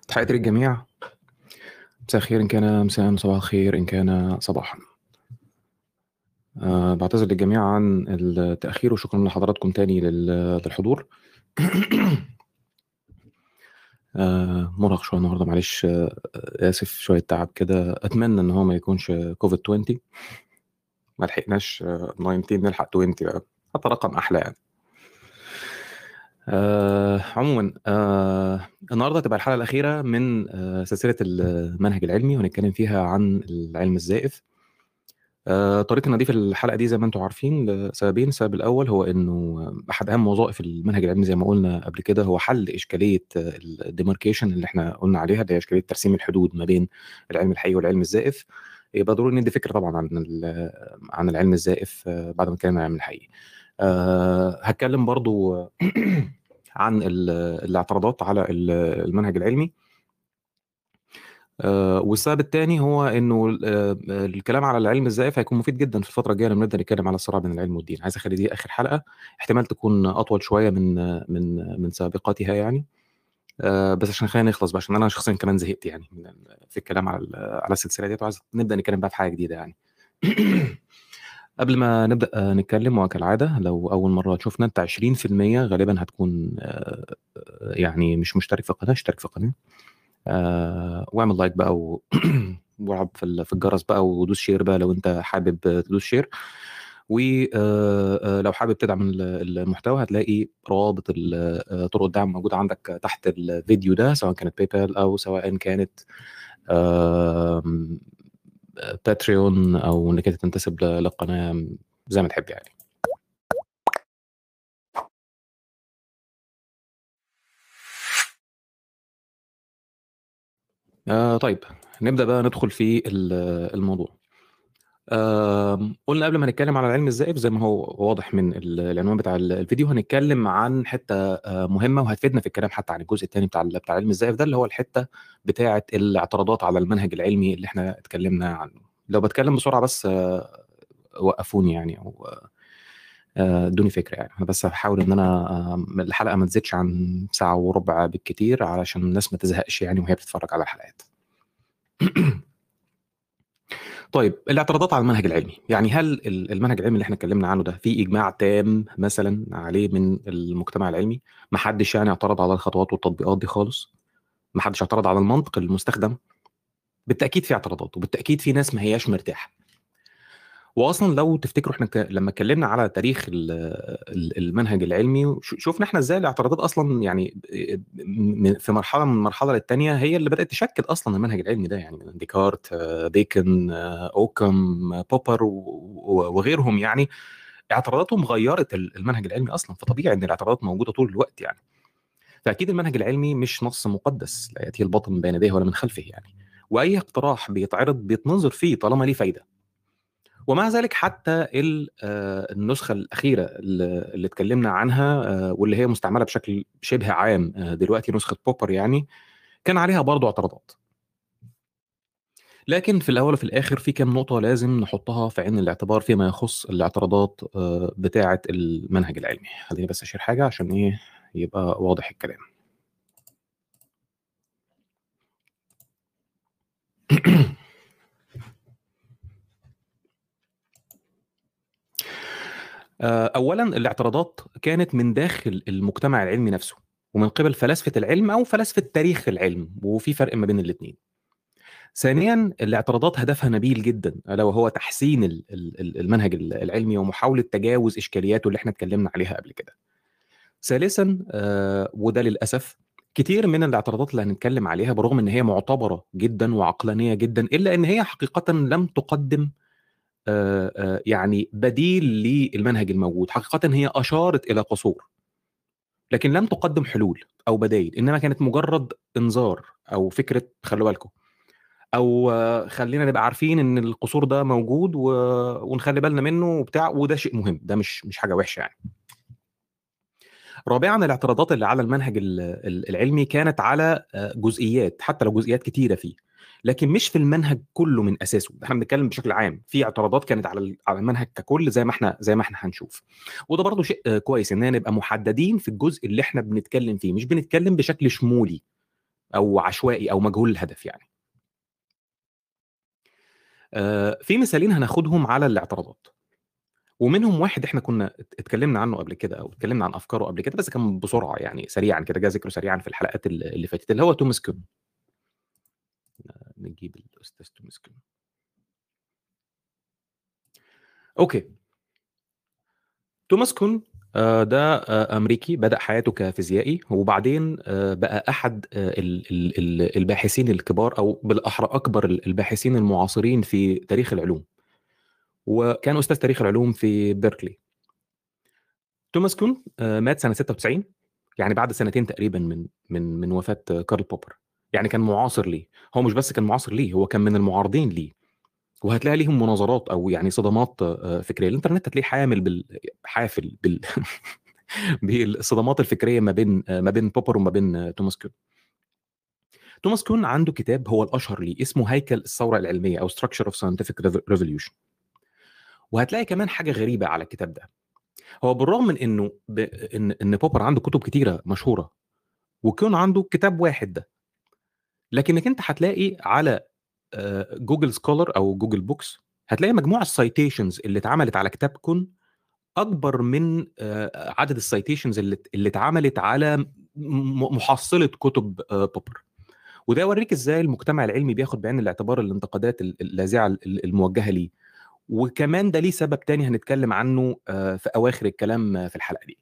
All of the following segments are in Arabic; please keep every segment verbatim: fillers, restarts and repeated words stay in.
تحياتي للجميع. مساء الخير إن كان مساء، صباح الخير إن كان صباحا. أه بعتذر للجميع عن التأخير وشكرا لحضراتكم تاني لل- للحضور. أه مرهق شوية النهاردة، معلش. أه آسف، شوية تعب كده. أتمنى إن هو ما يكونش كوفيد عشرين. ما لحقناش أه تسعة عشر، نلحق عشرين بقى، حتى رقم أحلى يعني. أه عموما أه النهارده هتبقى الحلقة الأخيرة من أه سلسلة المنهج العلمي، وهنتكلم فيها عن العلم الزائف. آه، طريقة نضيف الحلقة دي زي ما انتم عارفين لسببين. السبب الأول هو إنه أحد أهم وظائف المنهج العلمي زي ما قلنا قبل كده هو حل إشكالية الديماركيشن اللي احنا قلنا عليها، اللي هي إشكالية ترسيم الحدود ما بين العلم الحقيقي والعلم الزائف. يبقى ضروري ندي فكرة طبعا عن ال- عن العلم الزائف آه، بعد ما نتكلم عن العلم الحقيقي. أه هتكلم برضو عن ال- الاعتراضات على ال- المنهج العلمي. آه، والسبب الثاني هو انه آه، الكلام على العلم الزائف هيكون مفيد جدا في الفتره الجايه لما نبدا نتكلم على الصراع بين العلم والدين. عايز اخلي دي اخر حلقه، احتمال تكون اطول شويه من من من سابقاتها يعني. آه، بس عشان خلينا نخلص بقى، عشان انا شخصيا كمان زهقت يعني من ال- في الكلام على ال- على السلسله ديت، وعايز نبدا نتكلم بقى في حاجه جديده يعني. قبل ما نبدا آه، نتكلم، وكالعاده لو اول مره تشوفنا انت عشرين في المية غالبا هتكون آه، آه، يعني مش مشترك في القناه. اشترك في القناه، آه، واعمل لايك بقى و... والعب في ال- في الجرس بقى، ودوس شير بقى لو انت حابب تدوس شير. ولو حابب تدعم ال- المحتوى هتلاقي روابط ال- آه، طرق الدعم موجودة عندك تحت الفيديو ده، سواء كانت باي بال او سواء كانت آم، باتريون، او انك انت تنتسب ل- للقناة زي ما تحب يعني. آه طيب، نبدأ بقى ندخل في ال- الموضوع. آم، قلنا قبل ما نتكلم على العلم الزائف زي ما هو واضح من ال- العنوان بتاع ال- الفيديو، هنتكلم عن حته آه، مهمه وهتفيدنا في الكلام حتى عن الجزء الثاني بتاع ال- بتاع العلم الزائف ده، اللي هو الحته بتاعه الاعتراضات على المنهج العلمي اللي احنا اتكلمنا عنه. لو بتكلم بسرعه بس آه، وقفوني يعني، او آه، ادوني فكره يعني. انا بس هحاول ان انا آه، الحلقه ما تزيدش عن ساعه وربع بالكتير، علشان الناس ما تزهقش يعني وهي بتتفرج على الحلقات. طيب، الاعتراضات على المنهج العلمي، يعني هل ال- المنهج العلمي اللي احنا اتكلمنا عنه ده في اجماع تام مثلا عليه من المجتمع العلمي؟ ما حدش يعني اعترض على الخطوات والتطبيقات دي خالص؟ ما حدش اعترض على المنطق المستخدم؟ بالتاكيد في اعتراضات، وبالتاكيد في ناس ما هياش مرتاحه. واصلا لو تفتكروا احنا ك... لما اتكلمنا على تاريخ ال- ال- المنهج العلمي، ش- شفنا احنا ازاي الاعتراضات اصلا يعني م- في مرحله من المرحله للتانيه هي اللي بدات تشكل اصلا المنهج العلمي ده، يعني من ديكارت، آه، بيكن، آه، اوكم، آه، بوبر و- و- وغيرهم يعني. اعتراضاتهم غيرت ال- المنهج العلمي اصلا، فطبيعي ان الاعتراضات موجوده طول الوقت يعني. فاكيد المنهج العلمي مش نص مقدس لا ياتيه الباطل من بين يديه ولا من خلفه يعني. واي اقتراح بيتعرض بيتنظر فيه طالما ليه فايده. ومع ذلك حتى ال- آه، النسخة الأخيرة اللي اللي اتكلمنا عنها، آه، واللي هي مستعملة بشكل شبه عام آه، دلوقتي، نسخة بوبر يعني، كان عليها برضو اعتراضات. لكن في الأول وفي الآخر في كام نقطة لازم نحطها في عين الاعتبار فيما يخص الاعتراضات آه، بتاعة المنهج العلمي. خليني بس أشير حاجة عشان إيه يبقى واضح الكلام. آه، أولا، الاعتراضات كانت من داخل المجتمع العلمي نفسه، ومن قبل فلاسفة العلم أو فلاسفة تاريخ العلم، وفي فرق ما بين الاثنين. ثانيا، الاعتراضات هدفها نبيل جدا، الا وهو تحسين ال- ال- ال- المنهج العلمي ومحاوله تجاوز اشكالياته اللي احنا اتكلمنا عليها قبل كده. ثالثا، آه، وده للاسف كتير من الاعتراضات اللي هنتكلم عليها، برغم ان هي معتبره جدا وعقلانيه جدا، الا ان هي حقيقه لم تقدم آه، آه، يعني بديل للمنهج الموجود. حقيقه هي اشارت الى قصور، لكن لم تقدم حلول او بدائل، انما كانت مجرد انذار او فكره خلوا بالكم، او آه، خلينا نبقى عارفين ان القصور ده موجود و... ونخلي بالنا منه وبتاع، وده شيء مهم، ده مش مش حاجه وحشه يعني. رابعا، الاعتراضات اللي على المنهج ال- ال- العلمي كانت على آه، جزئيات، حتى لو جزئيات كتيره فيه، لكن مش في المنهج كله من اساسه. احنا بنتكلم بشكل عام، في اعتراضات كانت على ال- على المنهج ككل، زي ما احنا زي ما احنا هنشوف. وده برضو شيء آه، كويس اننا نبقى محددين في الجزء اللي احنا بنتكلم فيه، مش بنتكلم بشكل شمولي. او عشوائي او مجهول الهدف يعني. آه، في مثالين هناخدهم على الاعتراضات، ومنهم واحد احنا كنا ات- اتكلمنا عنه قبل كده، او اتكلمنا عن افكاره قبل كده، بس كان بسرعه يعني سريعا كده، جاء ذكره سريعا في الحلقات اللي اللي فاتت، اللي هو توماس كون. نجيب الاستاذ توماس كون. اوكي. توماس كون آه، ده آه، امريكي بدأ حياته كفيزيائي، وبعدين آه، بقى احد آه، ال- ال- ال- الباحثين الكبار، او بالاحرى اكبر الباحثين المعاصرين في تاريخ العلوم، وكان استاذ تاريخ العلوم في بيركلي. توماس كون آه، مات سنه ستة وتسعين، يعني بعد سنتين تقريبا من من من وفاه آه، كارل بوبر. يعني كان معاصر ليه. هو مش بس كان معاصر ليه، هو كان من المعارضين ليه. وهتلاقي ليهم مناظرات او يعني صدمات آه، فكريه. الانترنت هتلاقيه حامل بال حافل بال بالصدمات الفكريه ما بين آه، ما بين بوبر وما بين آه، توماس كون. توماس كون عنده كتاب هو الاشهر ليه، اسمه هيكل الثوره العلميه، او Structure of Scientific Revolution. وهتلاقي كمان حاجه غريبه على الكتاب ده. هو بالرغم من انه ب... ان ان بوبر عنده كتب كتيره مشهوره، وكون عنده كتاب واحد ده، لكنك انت هتلاقي على آه، جوجل سكولر او جوجل بوكس، هتلاقي مجموع السايتيشنز اللي اتعملت على كتاب كون اكبر من آه، عدد السايتيشنز اللي اللي اتعملت على م- محصله كتب آه، بوبر. وده يوريك ازاي المجتمع العلمي بياخد بعين الاعتبار الانتقادات ال- اللاذعه ال- الموجهه ليه. وكمان ده ليه سبب تاني هنتكلم عنه آه، في اواخر الكلام آه، في الحلقه دي.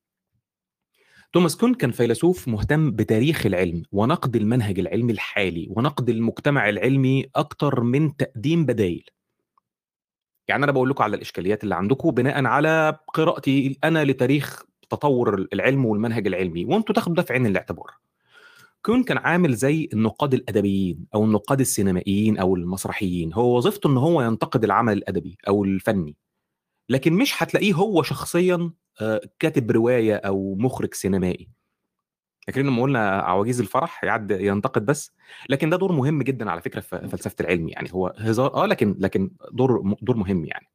توماس كون كان فيلسوف مهتم بتاريخ العلم ونقد المنهج العلمي الحالي ونقد المجتمع العلمي اكتر من تقديم بدائل. يعني انا بقول لكم على الاشكاليات اللي عندكم بناء على قراءتي انا لتاريخ تطور العلم والمنهج العلمي، وانتوا تاخدوا ده في عين الاعتبار. كون كان عامل زي النقاد الادبيين او النقاد السينمائيين او المسرحيين، هو وظيفته ان هو ينتقد العمل الادبي او الفني، لكن مش هتلاقيه هو شخصيا آه، كاتب روايه او مخرج سينمائي. لكن لما قلنا عواجيز الفرح يعد ينتقد بس. لكن ده دور مهم جدا على فكره في فلسفه العلم، يعني هو هزار اه لكن لكن دور دور مهم يعني.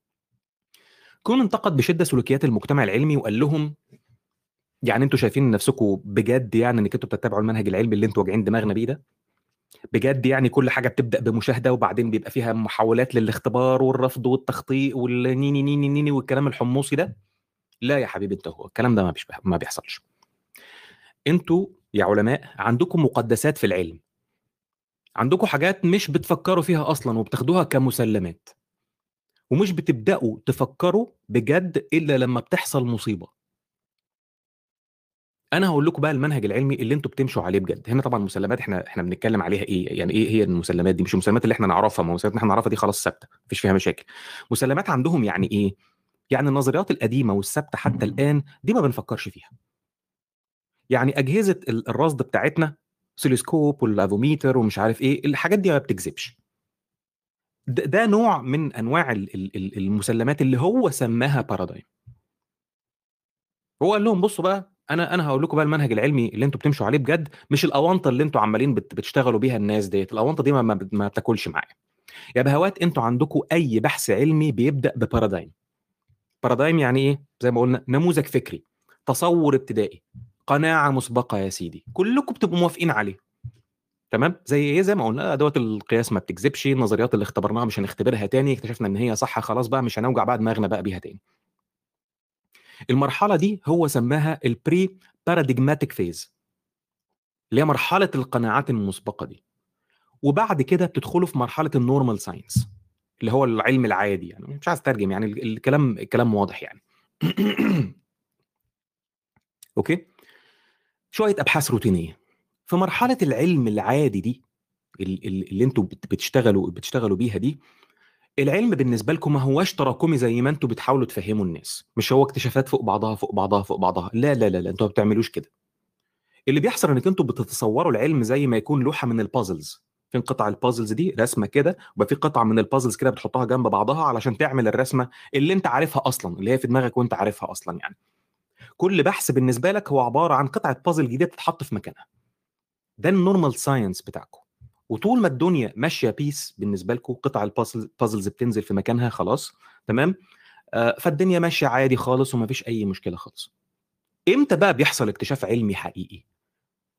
كون انتقد بشده سلوكيات المجتمع العلمي وقال لهم يعني انتوا شايفين نفسكم بجد يعني انك انتوا بتتبعوا المنهج العلمي اللي انتوا واجعين دماغنا بيه ده؟ بجد يعني كل حاجه بتبدا بمشاهده وبعدين بيبقى فيها محاولات للاختبار والرفض والتخطيء والنيني نيني نيني والكلام الحمصي ده؟ لا يا حبيبي، انت هو الكلام ده ما بيشبه ما بيحصلش. انتوا يا علماء عندكم مقدسات في العلم، عندكم حاجات مش بتفكروا فيها اصلا وبتاخدوها كمسلمات، ومش بتبداوا تفكروا بجد الا لما بتحصل مصيبه. انا هقول لكم بقى المنهج العلمي اللي انتوا بتمشوا عليه بجد. هنا طبعا مسلمات، احنا احنا بنتكلم عليها ايه يعني، ايه هي المسلمات دي؟ مش المسلمات اللي احنا نعرفها، ما المسلمات اللي احنا نعرفها دي خلاص ثابته مفيش فيها مشاكل. مسلمات عندهم يعني ايه؟ يعني النظريات القديمه والثابته حتى الان دي ما بنفكرش فيها. يعني اجهزه ال- الرصد بتاعتنا، سيلسكوب والافوميتر ومش عارف ايه، الحاجات دي ما بتكذبش. ده, ده نوع من انواع ال- ال- ال- المسلمات اللي هو سماها بارادايم. هو قال لهم بصوا بقى، انا انا هقول لكم بقى المنهج العلمي اللي انتوا بتمشوا عليه بجد، مش الاونطه اللي انتوا عمالين بت- بتشتغلوا بيها الناس ديت. الاونطه دي ما, ما, ما بتاكلش معايا. يا بهوات، انتوا عندكم اي بحث علمي بيبدا ببارادايم. بارادايم يعني ايه؟ زي ما قلنا نموذج فكري، تصور ابتدائي، قناعه مسبقه يا سيدي، كلكم بتبقوا موافقين عليه. تمام؟ زي ايه؟ زي ما قلنا ادوات القياس ما بتكذبش، النظريات اللي اختبرناها مش هنختبرها تاني، اكتشفنا ان هي صح خلاص بقى مش هنوجع بقى دماغنا بقى بيها تاني. المرحله دي هو سماها البري باراديجماتيك فيز، اللي هي مرحله القناعات المسبقه دي. وبعد كده بتدخلوا في مرحله النورمال ساينس، اللي هو العلم العادي. يعني مش عايز اترجم يعني ال- الكلام الكلام واضح يعني. اوكي. شويه ابحاث روتينيه في مرحله العلم العادي دي، ال- ال- اللي انتوا بت- بتشتغلوا بتشتغلوا بيها دي. العلم بالنسبه لكم ما هواش تراكمي زي ما انتوا بتحاولوا تفهموا الناس، مش هو اكتشافات فوق بعضها فوق بعضها فوق بعضها. لا لا لا لا، انتوا ما بتعملوش كده. اللي بيحصل انك انتوا بتتصوروا العلم زي ما يكون لوحه من البازلز. فين قطع البازلز دي؟ رسمه كده، ويبقى في قطع من البازلز كده بتحطها جنب بعضها علشان تعمل الرسمه اللي انت عارفها اصلا، اللي هي في دماغك وانت عارفها اصلا يعني. كل بحث بالنسبه لك هو عباره عن قطعه بازل جديده تتحط في مكانها. ده النورمال ساينس بتاعكم. وطول ما الدنيا ماشيه بيس بالنسبه لكم، قطع البازلز بتنزل في مكانها خلاص. تمام. آه، فالدنيا ماشيه عادي خالص ومفيش اي مشكله خالص. امتى بقى بيحصل اكتشاف علمي حقيقي؟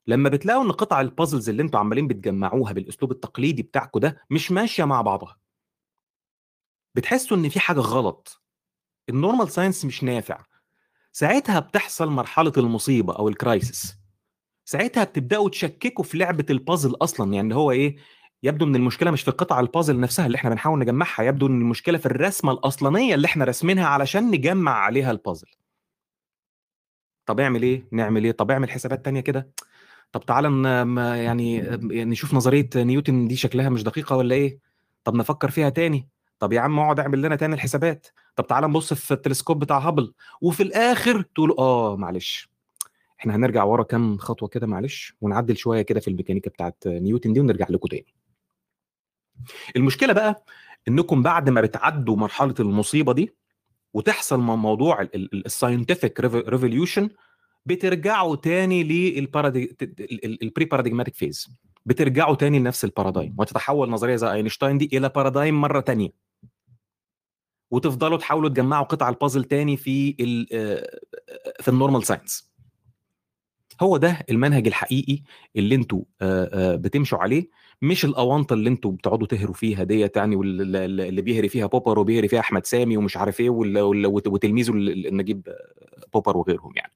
لما بتلاقوا ان قطع البازلز اللي انتوا عمالين بتجمعوها بالاسلوب التقليدي بتاعكم ده مش ماشيه مع بعضها، بتحسوا ان في حاجه غلط، النورمال ساينس مش نافع، ساعتها بتحصل مرحله المصيبه او الكرايسيس. ساعتها بتبداوا تشككوا في لعبه البازل اصلا، يعني هو ايه؟ يبدو ان المشكله مش في قطع البازل نفسها اللي احنا بنحاول نجمعها، يبدو ان المشكله في الرسمه الاصلانيه اللي احنا راسمينها علشان نجمع عليها البازل. طب اعمل ايه؟ نعمل ايه؟ طب اعمل حسابات تانية كده. طب تعالى ن- ما- يعني نشوف نظريه نيوتن دي شكلها مش دقيقه ولا ايه؟ طب نفكر فيها تاني. طب يا عم اقعد اعمل لنا تاني الحسابات. طب تعالى نبص في التلسكوب بتاع هابل. وفي الاخر تقول اه معلش، احنا هنرجع ورا كام خطوه كده معلش، ونعدل شويه كده في الميكانيكا بتاعت نيوتن دي ونرجع لكم تاني. المشكله بقى انكم بعد ما بتعدوا مرحله المصيبه دي وتحصل مع موضوع الساينتفك ريفوليوشن، بترجعوا تاني للبري باراديجماتيك فيز، بترجعوا تاني لنفس البارادايم، وتتحول نظريه زي اينشتاين دي الى بارادايم مره تانية، وتفضلوا تحاولوا تجمعوا قطع البازل تاني في ال في النورمال ساينس. هو ده المنهج الحقيقي اللي انتوا بتمشوا عليه، مش الاونطه اللي انتوا بتقعدوا تهروا فيها ديت، يعني واللي بيهري فيها بوبر وبيهري فيها احمد سامي ومش عارف ايه وتلميذه نجيب بوبر وغيرهم يعني.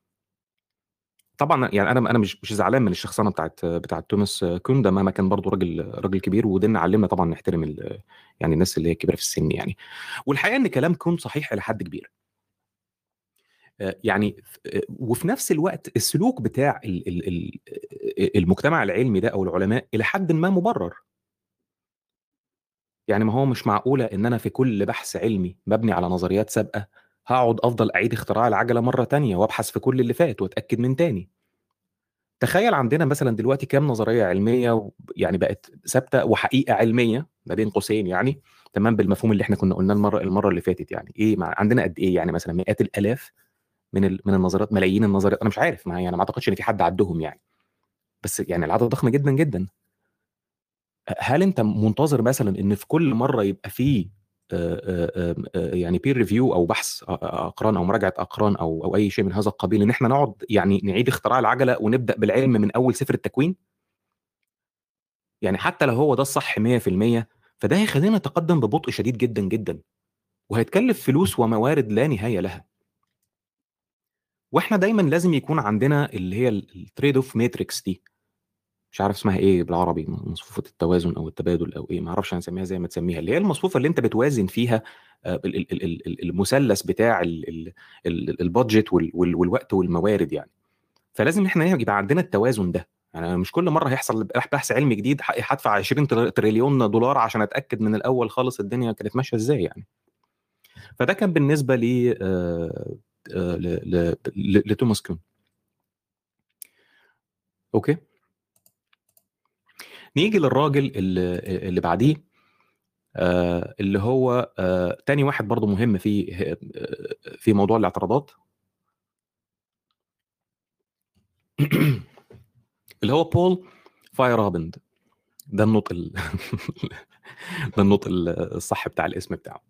طبعا يعني انا انا مش مش زعلان من الشخصنه بتاعت بتاعت توماس كون ده، مهما كان برضه راجل راجل كبير، وديننا علمنا طبعا نحترم يعني الناس اللي هي كبيره في السن يعني. والحقيقه ان كلام كون صحيح الى حد كبير يعني. وفي نفس الوقت السلوك بتاع المجتمع العلمي ده او العلماء الى حد ما مبرر. يعني ما هو مش معقوله ان انا في كل بحث علمي مبني على نظريات سابقه هقعد افضل اعيد اختراع العجله مره تانية وابحث في كل اللي فات واتاكد من تاني. تخيل عندنا مثلا دلوقتي كام نظريه علميه يعني بقت ثابته وحقيقه علميه ما بين قوسين يعني، تمام، بالمفهوم اللي احنا كنا قلناه المره المره اللي فاتت. يعني ايه مع عندنا قد ايه؟ يعني مثلا مئات الالاف من ال... من النظريات، ملايين النظريات، انا مش عارف، ما يعني ما اعتقدش ان في حد عدهم يعني، بس يعني العدد ضخم جدا جدا. هل انت منتظر مثلا ان في كل مره يبقى فيه آه، آه، آه، يعني بير ريفيو او بحث اقران او مراجعه اقران او او اي شيء من هذا القبيل، ان احنا نقعد يعني نعيد اختراع العجله ونبدا بالعلم من اول سفر التكوين؟ يعني حتى لو هو ده الصح مية في المية، فده هيخلينا نتقدم ببطء شديد جدا جدا، وهيتكلف فلوس وموارد لا نهايه لها. واحنا دايما لازم يكون عندنا اللي هي التريد اوف ماتريكس دي، مش عارف اسمها ايه بالعربي، مصفوفه التوازن او التبادل او ايه، ما اعرفش هنسميها زي ما تسميها، اللي هي المصفوفه اللي انت بتوازن فيها آه، ال- ال- ال- ال- المثلث بتاع ال- ال- ال- البادجت وال- وال- والوقت والموارد يعني. فلازم احنا يبقى عندنا التوازن ده. يعني مش كل مره هيحصل بحث علمي جديد هدفع عشرين تريليون دولار عشان اتاكد من الاول خالص الدنيا كانت ماشيه ازاي يعني. فده كان بالنسبه لي آه، آه، ل- ل- ل- لتوماس كون. اوكي، نيجي للراجل اللي اللي بعديه، آه، اللي هو آه، تاني واحد برضو مهم في آه، في موضوع الاعتراضات اللي هو بول فايرابند. ده النطق ال... ده النطق الصح بتاع الاسم بتاعه.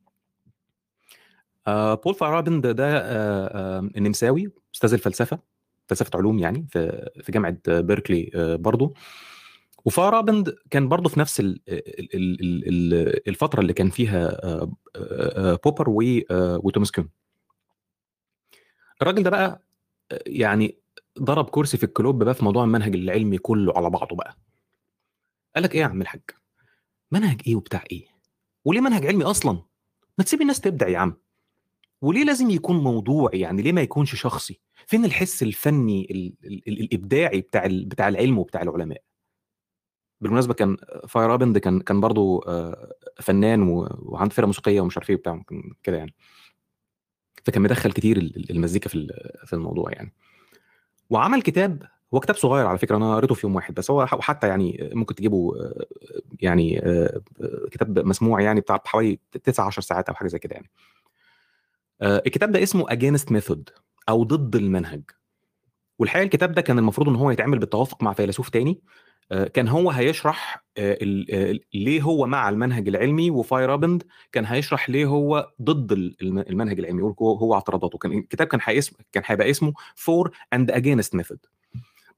آه، بول فايرابند ده آه، آه، نمساوي، استاذ الفلسفه، فلسفه علوم يعني في في جامعه بيركلي آه، برضو. وفارابند كان برضو في نفس ال- ال- ال- ال- الفتره اللي كان فيها آه، آه، آه، بوبر و- آه، وتوماس كون. الراجل ده بقى يعني ضرب كرسي في الكلوب بقى في موضوع المنهج العلمي كله على بعضه بقى. قال لك ايه يا عم الحاج؟ منهج ايه وبتاع ايه؟ وليه منهج علمي اصلا؟ ما تسيب الناس تبدع يا عم. وليه لازم يكون موضوعي؟ يعني ليه ما يكونش شخصي؟ فين الحس الفني ال ال ال الابداعي بتاع ال بتاع العلم وبتاع العلماء؟ بالمناسبه كان فاير ابند كان كان برضه آه، فنان و- وعنده فرقه موسيقيه ومش عارف ايه وبتاع كده يعني. فكان مدخل كتير ال- المزيكا في ال- في الموضوع يعني. وعمل كتاب، هو كتاب صغير على فكره، انا قريته في يوم واحد بس، هو حتى يعني ممكن تجيبه آه، يعني آه، آه، كتاب مسموع يعني بتاع حوالي تسعة عشر ساعات او حاجه زي كده يعني. آه، الكتاب ده اسمه Against Method او ضد المنهج. والحقيقه الكتاب ده كان المفروض ان هو يتعمل بالتوافق مع فيلسوف تاني، آه، كان هو هيشرح آه، ال- آه، ليه هو مع المنهج العلمي، وفايرابند كان هيشرح ليه هو ضد ال- الم- المنهج العلمي، يقول هو هو اعتراضاته. كان الكتاب كان هيسم كان هيبقى اسمه For and Against Method.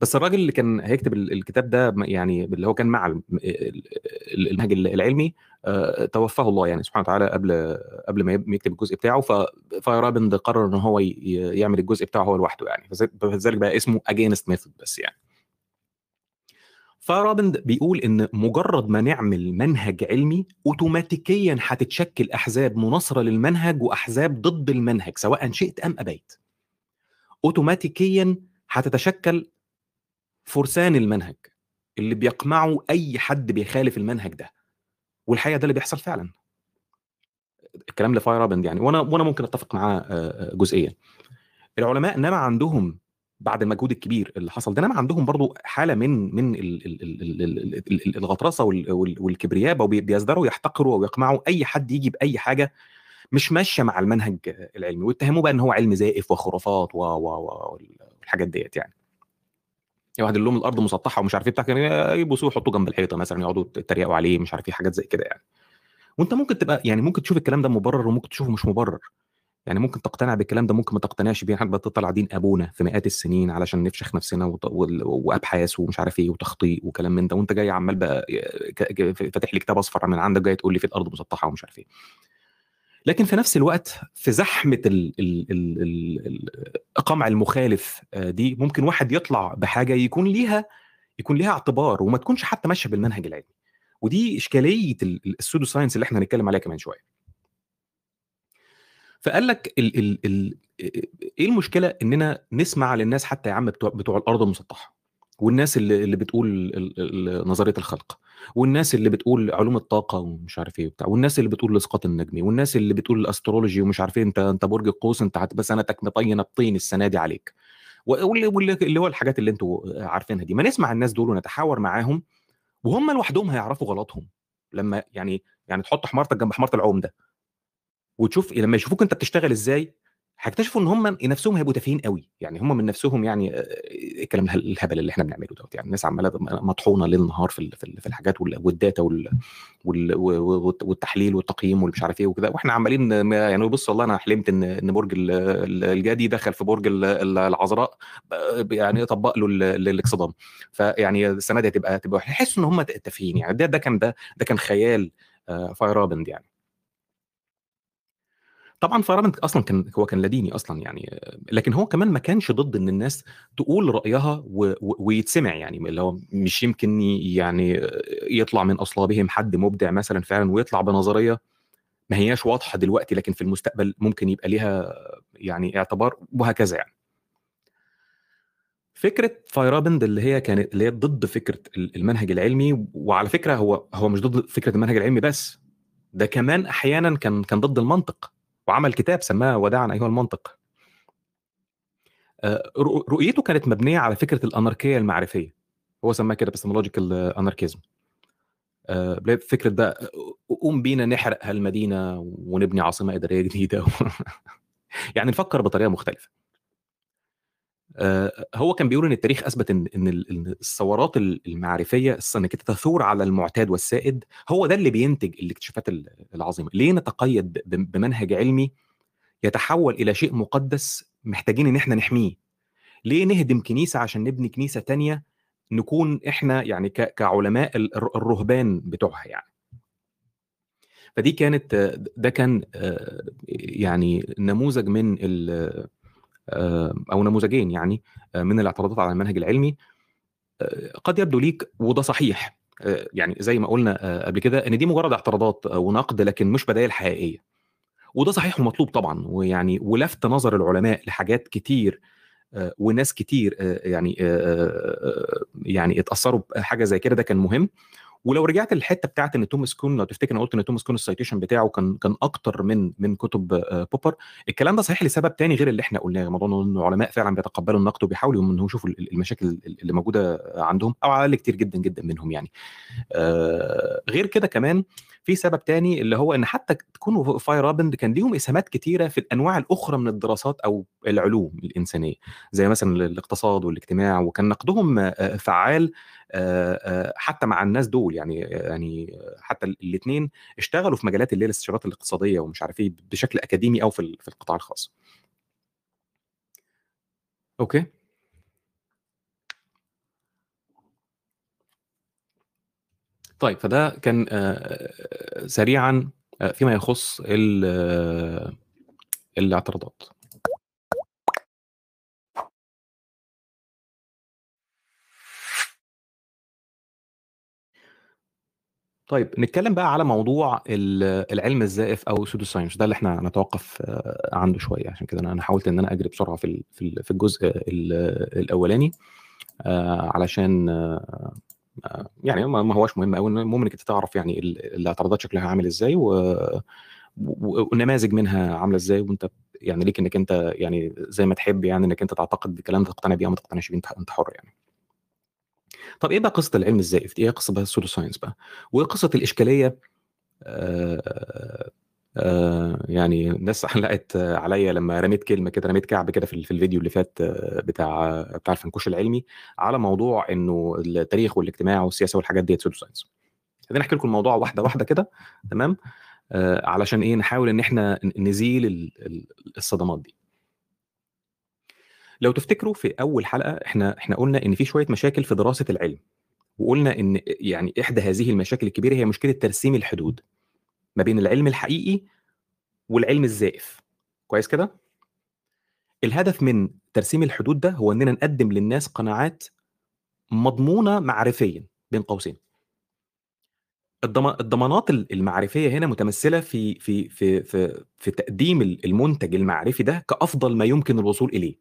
بس الراجل اللي كان هيكتب الكتاب ده يعني اللي هو كان مع المنهج العلمي توفاه الله يعني سبحانه وتعالى قبل قبل ما يكتب الجزء بتاعه. ففايرابند قرر ان هو يعمل الجزء بتاعه هو لوحده يعني، فذلك بقى اسمه اجينست ميثود بس يعني. فايرابند بيقول ان مجرد ما نعمل منهج علمي اوتوماتيكيا هتتشكل احزاب مناصره للمنهج واحزاب ضد المنهج سواء شئت ام ابيت. اوتوماتيكيا هتتشكل فرسان المنهج اللي بيقمعوا اي حد بيخالف المنهج ده، والحقيقه ده اللي بيحصل فعلا. الكلام لفايرابند يعني، وانا وانا ممكن اتفق معاه جزئيا. العلماء نما عندهم بعد المجهود الكبير اللي حصل ده، نما عندهم برضو حاله من من الغطرسه والكبرياء، وبيزدروا يحتقروا ويقمعوا اي حد يجي باي حاجه مش ماشيه مع المنهج العلمي، ويتهموه بقى ان هو علم زائف وخرافات والحاجات ديت يعني. واحد يقول لهم الارض مسطحه ومش عارف ايه بتاع، يبصوا يحطوه جنب الحيطه مثلا، يقعدوا يتريقوا عليه مش عارف ايه حاجات زي كده يعني. وانت ممكن تبقى يعني ممكن تشوف الكلام ده مبرر وممكن تشوفه مش مبرر يعني، ممكن تقتنع بالكلام ده ممكن ما تقتنعش بيه. احنا بتطلع دين ابونا في مئات السنين علشان نفشخ نفسنا وط... وابحاث ومش عارف ايه وتخطيط وكلام من ده، وانت جاي عمال بقى فاتح لي كتاب اصفر من عندك جاي تقول لي في الارض مسطحه ومش عارف ايه. لكن في نفس الوقت في زحمه ال... ال... ال... ال... قمع المخالف دي ممكن واحد يطلع بحاجه يكون ليها يكون ليها اعتبار وما تكونش حتى ماشيه بالمنهج العلمي. ودي اشكاليه السودو ساينس اللي احنا هنتكلم عليها كمان شويه. فقال لك ال ال ال ايه المشكله اننا نسمع للناس حتى يا عم بتوع, بتوع الارض المسطحه، والناس اللي اللي بتقول نظريه الخلق، والناس اللي بتقول علوم الطاقه ومش عارف ايه وبتاع، والناس اللي بتقول الاسقاط النجمي، والناس اللي بتقول الاسترولوجي ومش عارف ايه، انت انت برج القوس انت هتبقى سنتك مطينه بطين السنه دي عليك، واللي, واللي هو الحاجات اللي انتوا عارفينها دي. ما نسمع الناس دول ونتحاور معاهم وهم لوحدهم هيعرفوا غلطهم. لما يعني يعني تحط حمارتك جنب حماره العوم ده وتشوف لما يشوفوك انت بتشتغل ازاي، هيكتشفوا ان هم نفسهم هيبقوا تافهين قوي يعني. هم من نفسهم يعني الكلام الهبل اللي احنا بنعمله دوت يعني. الناس عماله مطحونه ليل نهار في في الحاجات والداتا والتحليل والتقييم والمش عارف ايه وكده، واحنا عمالين يعني بص والله انا حلمت ان ان برج الجدي دخل في برج العذراء يعني طبق له الاكسدام، فيعني السنه دي هتبقى هتبقى يحسوا ان هم تافهين يعني. ده ده كان ده ده كان خيال فايرابند يعني. طبعا فايرابند اصلا كان هو كان لاديني اصلا يعني، لكن هو كمان ما كانش ضد ان الناس تقول رايها و... و... ويتسمع يعني. اللي هو مش يمكن يعني يطلع من اصلابهم حد مبدع مثلا فعلا ويطلع بنظريه ما هياش واضحه دلوقتي لكن في المستقبل ممكن يبقى ليها يعني اعتبار وهكذا يعني. فكره فايرابند اللي هي كانت اللي هي ضد فكره المنهج العلمي، وعلى فكره هو هو مش ضد فكره المنهج العلمي بس، ده كمان احيانا كان كان ضد المنطق، وعمل كتاب سماه وداعا ايها المنطق. رؤيته كانت مبنيه على فكره الاناركيه المعرفيه، هو سماها كده بسمولوجيكال اناركيزم. فكره بقى قوم بينا نحرق هالمدينه ونبني عاصمه اداريه جديده يعني نفكر بطريقه مختلفه. هو كان بيقول ان التاريخ اثبت ان ان الثورات المعرفيه انك تثور على المعتاد والسائد هو ده اللي بينتج الاكتشافات العظيمه. ليه نتقيد بمنهج علمي يتحول الى شيء مقدس محتاجين ان احنا نحميه؟ ليه نهدم كنيسه عشان نبني كنيسه تانية نكون احنا يعني كعلماء الرهبان بتوعها يعني؟ فدي كانت ده كان يعني نموذج من او نموذجين يعني من الاعتراضات على المنهج العلمي. قد يبدو ليك وده صحيح يعني زي ما قلنا قبل كده ان دي مجرد اعتراضات ونقد لكن مش بدائل حقيقيه، وده صحيح ومطلوب طبعا، ويعني ولفت نظر العلماء لحاجات كتير وناس كتير يعني يعني اتاثروا بحاجه زي كده، ده كان مهم. ولو رجعت للحته بتاعت ان توماس كون، لو تفتكر انا قلت ان توماس كون السايتيشن بتاعه كان كان اكتر من من كتب بوبر، الكلام ده صحيح لسبب تاني غير اللي احنا قلناه، موضوع ان العلماء فعلا بيتقبلوا النقد وبيحاولوا انهم يشوفوا المشاكل اللي موجوده عندهم، او على الاقل كتير جدا جدا منهم يعني. آه غير كده كمان في سبب تاني اللي هو ان حتى تكونوا فايرابند كان ليهم اسهامات كتيره في الانواع الاخرى من الدراسات او العلوم الانسانيه زي مثلا الاقتصاد والاجتماع، وكان نقدهم فعال حتى مع الناس دول يعني. يعني حتى الاثنين اشتغلوا في مجالات اللي هي الاستشارات الاقتصاديه ومش عارف ايه بشكل اكاديمي او في في القطاع الخاص. اوكي طيب فده كان آه، سريعا آه، فيما يخص ال- آه، الاعتراضات. طيب نتكلم بقى على موضوع ال- العلم الزائف او سودو ساينس، ده اللي احنا هنتوقف آه، عنده شويه. عشان كده انا أنا حاولت ان انا اجري بسرعه في ال- في ال- في الجزء ال- الاولاني، آه، علشان آه، آه، يعني ما ما هوش مهم قوي. المهم انك انت تعرف يعني ال- الاعتراضات شكلها عامل ازاي، و- و- ونماذج منها عامله ازاي، وانت يعني ليك انك انت يعني زي ما تحب، يعني انك انت تعتقد بكلام تقتنع بيه او ما تقتنعش بيه، انت انت حر يعني. طب ايه بقى قصه العلم الزائف دي؟ ايه قصه بقى السودو ساينس بقى؟ وايه قصه الاشكاليه؟ آه آه يعني الناس علقت عليا لما رميت كلمه كده، رميت كعب كده في ال- في الفيديو اللي فات، آه، بتاع بتاع الفنكوش العلمي، على موضوع انه التاريخ والاجتماع والسياسه والحاجات ديت سودو ساينس. خلينا احكي لكم الموضوع واحده واحده كده، تمام؟ آه علشان ايه؟ نحاول ان احنا نزيل ال- ال- الصدمات دي. لو تفتكروا في اول حلقه احنا احنا قلنا ان في شويه مشاكل في دراسه العلم، وقلنا ان يعني احدى هذه المشاكل الكبيره هي مشكله ترسيم الحدود ما بين العلم الحقيقي والعلم الزائف. كويس كده؟ الهدف من ترسيم الحدود ده هو اننا نقدم للناس قناعات مضمونه معرفيا بين قوسين. الضما- الضمانات المعرفيه هنا متمثله في في في في في تقديم المنتج المعرفي ده كافضل ما يمكن الوصول اليه،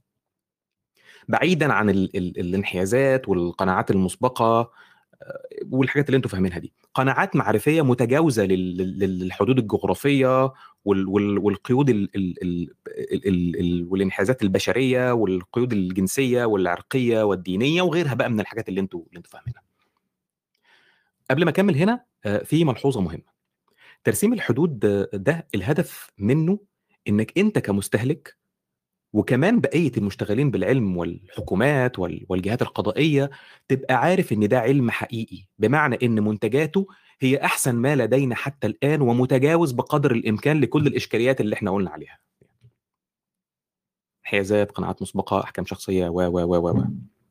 بعيدا عن ال ال الانحيازات والقناعات المسبقه والحاجات اللي انتم فاهمينها دي. قناعات معرفيه متجاوزه لل- لل- للحدود الجغرافيه وال- وال- والقيود ال ال ال ال ال ال والانحيازات البشريه والقيود الجنسيه والعرقيه والدينيه وغيرها بقى من الحاجات اللي انتم اللي انتم فاهمينها. قبل ما اكمل هنا، آه، في ملحوظه مهمه. ترسيم الحدود ده, ده الهدف منه انك انت كمستهلك، وكمان بقيه المشتغلين بالعلم والحكومات وال- والجهات القضائيه، تبقى عارف ان ده علم حقيقي، بمعنى ان منتجاته هي احسن ما لدينا حتى الان، ومتجاوز بقدر الامكان لكل الاشكاليات اللي احنا قلنا عليها: انحيازات، قناعات مسبقه، احكام شخصيه، و و و و و.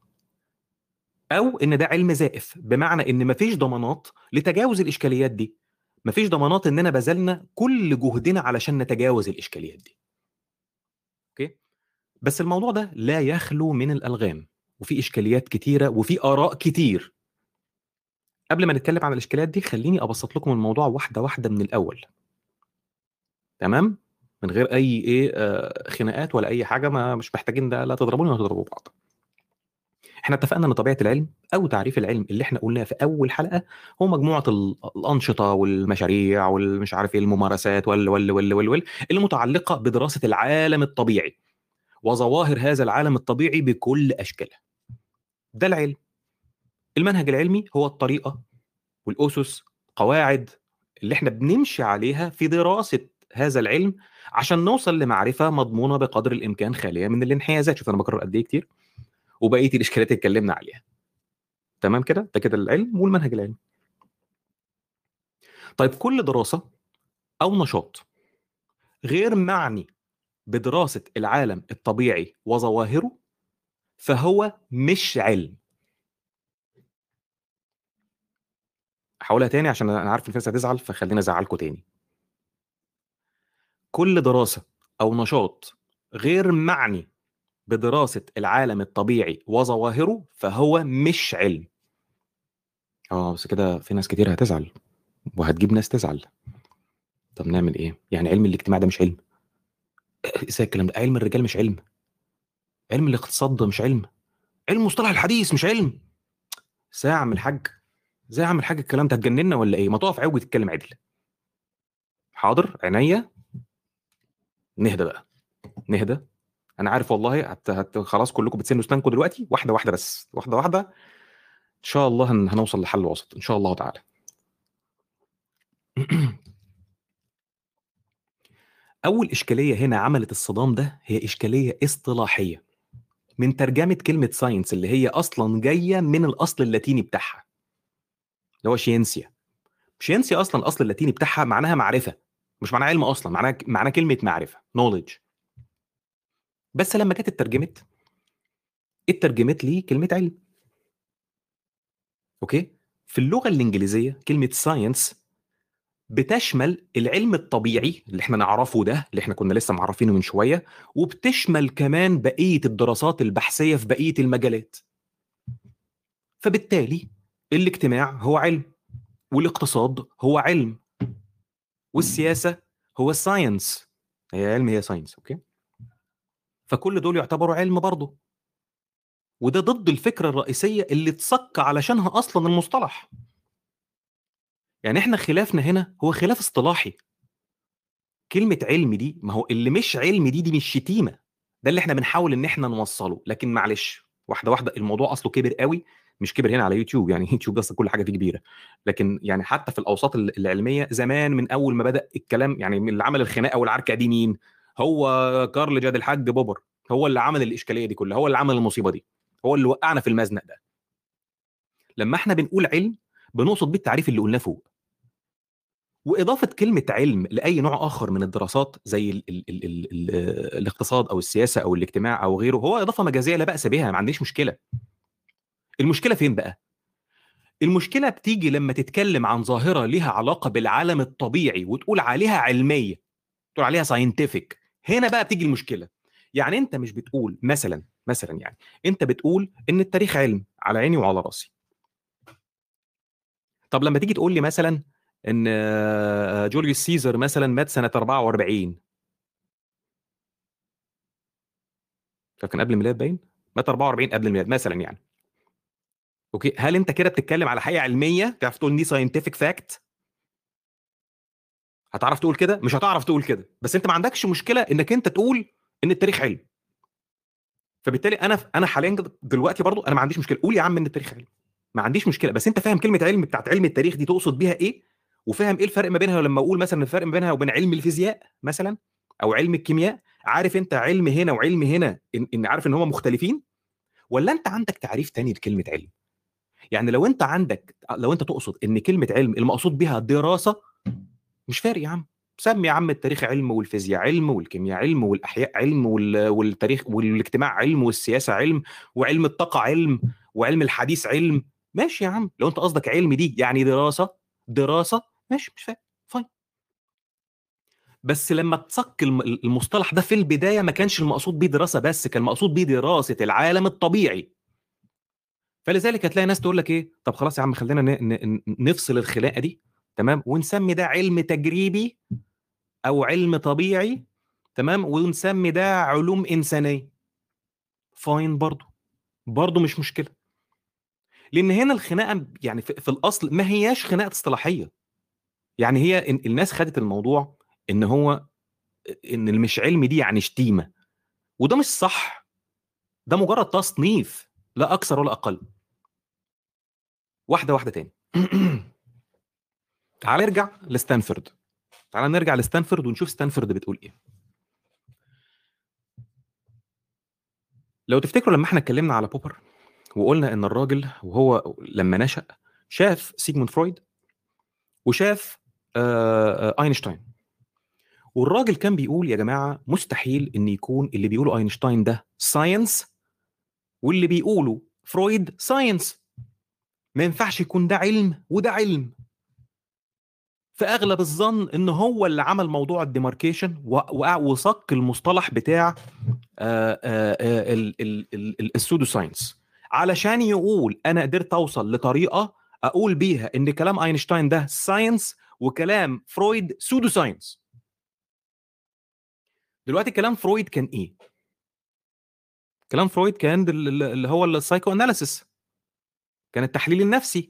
او ان ده علم زائف، بمعنى ان مفيش ضمانات لتجاوز الاشكاليات دي، مفيش ضمانات اننا بذلنا كل جهدنا علشان نتجاوز الاشكاليات دي. اوكي؟ بس الموضوع ده لا يخلو من الالغام، وفي اشكاليات كتيره وفي اراء كتير. قبل ما نتكلم عن الاشكاليات دي، خليني ابسط لكم الموضوع واحده واحده من الاول، تمام؟ من غير اي ايه آه خناقات ولا اي حاجه، ما مش محتاجين ده، لا تضربوني ولا تضربوا بعض. احنا اتفقنا ان طبيعه العلم او تعريف العلم اللي احنا قلناه في اول حلقه هو مجموعه ال- الانشطه والمشاريع والمش عارف ايه، الممارسات وال وال وال وال وال اللي متعلقه بدراسه العالم الطبيعي وظواهر هذا العالم الطبيعي بكل اشكاله. ده العلم. المنهج العلمي هو الطريقه والاسس، قواعد اللي احنا بنمشي عليها في دراسه هذا العلم عشان نوصل لمعرفه مضمونه بقدر الامكان خاليه من الانحيازات. شوف انا بكرر قد ايه كتير، وبقيه الاشكاليات اللي اتكلمنا عليها. تمام كده؟ ده كده العلم والمنهج العلمي. طيب كل دراسه او نشاط غير معني بدراسه العالم الطبيعي وظواهره فهو مش علم. هحاولها تاني عشان انا عارف ان الناس هتزعل، فخليني ازعلكم تاني. كل دراسه او نشاط غير معني بدراسة العالم الطبيعي وظواهره فهو مش علم. اه بس كده في ناس كتير هتزعل، وهتجيب ناس تزعل. طب نعمل ايه؟ يعني علم الاجتماع ده مش علم؟ ازاي الكلام ده؟ علم الرجال مش علم؟ علم الاقتصاد ده مش علم؟ علم مصطلح الحديث مش علم؟ ازاي يا عم الحاج؟ ازاي يا عم الحاج الكلام ده؟ هتجننا ولا ايه؟ ما تقف عوج تتكلم عدل. حاضر عينيا. نهدى بقى، نهدى. انا عارف والله هت... هت... خلاص كلكم بتسنوا اسنانكم دلوقتي، واحده واحده بس، واحده واحده. ان شاء الله هن... هنوصل لحل وسط ان شاء الله تعالى. أول إشكالية هنا عملت الصدام ده هي إشكالية اصطلاحية، من ترجمة كلمة ساينس اللي هي أصلا جاية من الأصل اللاتيني بتاعها اللي هو شينسيا. شينسيا أصلا الأصل اللاتيني بتاعها معناها معرفة، مش معناها علم أصلا، معناها معناها كلمة معرفة، knowledge. بس لما جت اترجمت اترجمت لي كلمة علم. أوكي؟ في اللغه الانجليزيه كلمه ساينس بتشمل العلم الطبيعي اللي احنا نعرفه ده، اللي احنا كنا لسه معرفينه من شويه، وبتشمل كمان بقيه الدراسات البحثيه في بقيه المجالات. فبالتالي الاجتماع هو علم، والاقتصاد هو علم، والسياسه هو الساينس، هي علم، هي ساينس. اوكي، فكل دول يعتبروا علم برضه، وده ضد الفكره الرئيسيه اللي اتسك علشانها اصلا المصطلح. يعني احنا خلافنا هنا هو خلاف اصطلاحي. كلمه علم دي، ما هو اللي مش علم دي دي مش شتيمه، ده اللي احنا بنحاول ان احنا نوصله. لكن معلش، واحده واحده، الموضوع اصله كبر قوي. مش كبر هنا على يوتيوب، يعني يوتيوب بس كل حاجه فيه كبيره، لكن يعني حتى في الاوساط ال- العلميه زمان، من اول ما بدا الكلام، يعني من اللي عمل الخناقه والعركه دي مين؟ هو كارل جاد الحاج بوبر. هو اللي عمل الاشكاليه دي كلها، هو اللي عمل المصيبه دي، هو اللي وقعنا في المزنق ده. لما احنا بنقول علم بنقصد بيه التعريف اللي قلناه فوق، واضافه كلمه علم لاي نوع اخر من الدراسات زي ال ال ال ال ال الاقتصاد او السياسه او الاجتماع او غيره، هو اضافه مجازيه لا باس بها، ما عنديش مشكله. المشكله فين بقى؟ المشكله بتيجي لما تتكلم عن ظاهره ليها علاقه بالعالم الطبيعي وتقول عليها علميه، تقول عليها ساينتفك. هنا بقى بتيجي المشكله. يعني انت مش بتقول مثلا، مثلا يعني انت بتقول ان التاريخ علم، على عيني وعلى راسي. طب لما تيجي تقول لي مثلا ان آه، جوليوس سيزر مثلا مات سنه أربعة وأربعين، فكان قبل الميلاد باين، مات أربعة وأربعين قبل الميلاد مثلا يعني. اوكي، هل انت كده بتتكلم على حقيقه علميه تعرف تقول دي ساينتفك فاكت؟ هتعرف تقول كده؟ مش هتعرف تقول كده، بس انت ما عندكش مشكله انك انت تقول ان التاريخ علم. فبالتالي انا انا حاليا دلوقتي برضو انا ما عنديش مشكله، قول يا عم ان التاريخ علم، ما عنديش مشكله، بس انت فاهم كلمه علم بتاعت علم التاريخ دي تقصد بيها ايه؟ وفاهم ايه الفرق ما بينها؟ لما اقول مثلا الفرق ما بينها وبين علم الفيزياء مثلا او علم الكيمياء، عارف انت علم هنا وعلم هنا ان, إن عارف ان هم مختلفين؟ ولا انت عندك تعريف تاني لكلمه علم؟ يعني لو انت عندك، لو انت تقصد ان كلمه علم المقصود بها دراسه، مش فارق يا عم، سمي يا عم التاريخ علم، والفيزياء علم، والكيمياء علم، والاحياء علم، وال... والتاريخ والاجتماع علم، والسياسه علم، وعلم الطاقه علم، وعلم الحديث علم. ماشي يا عم، لو انت قصدك علم دي يعني دراسه، دراسه، ماشي، مش فارق، فاين. بس لما تصك الم- المصطلح ده في البدايه ما كانش المقصود بيه دراسه بس، كان المقصود بيه دراسه العالم الطبيعي. فلذلك هتلاقي ناس تقول لك ايه، طب خلاص يا عم خلينا ن... ن... نفصل الخناقه دي، تمام، ونسمي ده علم تجريبي او علم طبيعي، تمام، ونسمي ده علوم انسانيه. فاين برضو، برضو مش مشكله. لان هنا الخناقه يعني في, في الاصل ما هياش خناقه اصطلاحيه. يعني هي إن- الناس خدت الموضوع ان هو ان اللي مش علمي دي يعني شتيمه، وده مش صح. ده مجرد تصنيف، لا اكثر ولا اقل. واحده واحده تاني. تعال نرجع لستانفورد. تعال نرجع لستانفورد ونشوف ستانفورد بتقول ايه. لو تفتكروا لما احنا اتكلمنا على بوبر وقلنا ان الراجل وهو لما نشأ شاف سيجموند فرويد وشاف آه، آه، اينشتاين، والراجل كان بيقول يا جماعه مستحيل ان يكون اللي بيقوله اينشتاين ده ساينس واللي بيقوله فرويد ساينس. ما ينفعش يكون ده علم وده علم. فاغلب الظن ان هو اللي عمل موضوع الديماركيشن وصك المصطلح بتاع آه، آه، آه، ال- ال- ال- ال- السودو ساينس، علشان يقول انا قدرت اوصل لطريقه اقول بيها ان كلام اينشتاين ده ساينس وكلام فرويد سودو ساينس. دلوقتي كلام فرويد كان ايه؟ كلام فرويد كان ال- ال- اللي هو السايكو اناليسيس، كان التحليل النفسي.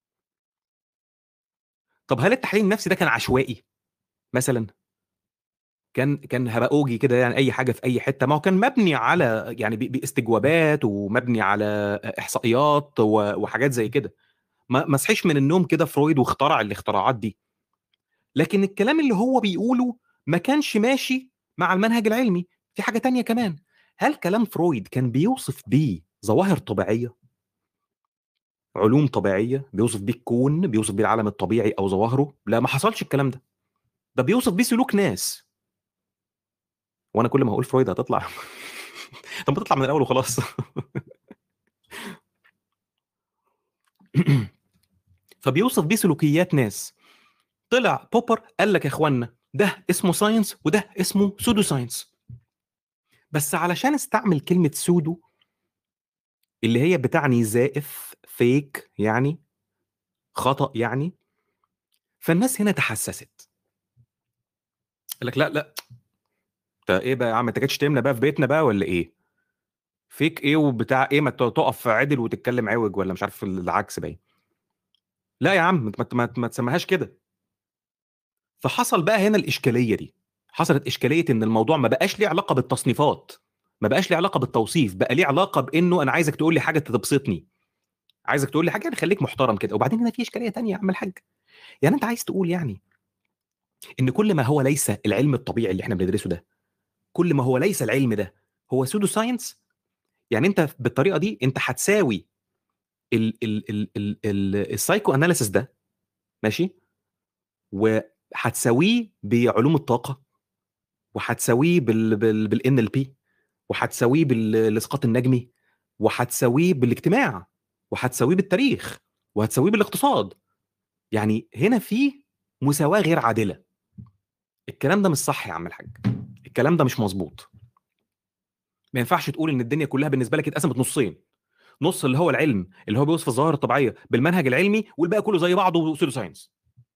طب هل التحليل النفسي ده كان عشوائي مثلا؟ كان كان هبقوجي كده يعني اي حاجه في اي حته؟ ما هو كان مبني على يعني ب- باستجوابات، ومبني على احصائيات و- وحاجات زي كده. ما ما صحيش من النوم كده فرويد واخترع الاختراعات دي. لكن الكلام اللي هو بيقوله ما كانش ماشي مع المنهج العلمي. في حاجه تانية كمان، هل كلام فرويد كان بيوصف بيه ظواهر طبيعيه، علوم طبيعيه، بيوصف بيه الكون، بيوصف بيه العالم الطبيعي او ظواهره؟ لا، ما حصلش الكلام ده. ده بيوصف بيه سلوك ناس. وانا كل ما هقول فرويد هتطلع طب ما تطلع من الاول وخلاص. فبيوصف بيه سلوكيات ناس. طلع بوبر قال لك يا اخوانا ده اسمه ساينس وده اسمه سودو ساينس. بس علشان استعمل كلمه سودو اللي هي بتعني زائف، فيك يعني، خطأ يعني، فالناس هنا تحسست. قال لك لا لا، انت ايه بقى يا عم، انت جاي تشتمنا بقى في بيتنا بقى ولا ايه؟ فيك ايه وبتاع ايه، ما تقف عدل وتتكلم عوج ولا مش عارف العكس باين. لا يا عم، ما ما ما تسميهاش كده. فحصل بقى هنا الاشكاليه دي، حصلت اشكاليه ان الموضوع ما بقاش ليه علاقه بالتصنيفات، ما بقاش ليه علاقه بالتوصيف، بقى ليه علاقه بانه انا عايزك تقول لي حاجه تبسطني، عايزك تقول لي حاجه يعني خليك محترم كده. وبعدين هنا في اشكاليه تانية يا عم الحاج، يعني انت عايز تقول يعني ان كل ما هو ليس العلم الطبيعي اللي احنا بندرسه ده، كل ما هو ليس العلم ده هو سودو ساينس؟ يعني انت بالطريقه دي انت هتساوي ال ال ال ال ال السايكو اناليسيس ده، ماشي، وهتساويه بعلوم الطاقه، وهتساويه بال بال بالان ال بي، وهتساويه بالاسقاط النجمي، وهتساويه بالاجتماع، وهتساويه بالتاريخ، وهتساويه بالاقتصاد. يعني هنا في مساواة غير عادلة. الكلام ده مش صح يا عم الحاج، الكلام ده مش مظبوط. ما ينفعش تقول ان الدنيا كلها بالنسبة لك اتقسمت نصين، نص اللي هو العلم اللي هو بيوصف الظواهر الطبيعية بالمنهج العلمي، والباقي كله زي بعضه وسودو ساينس.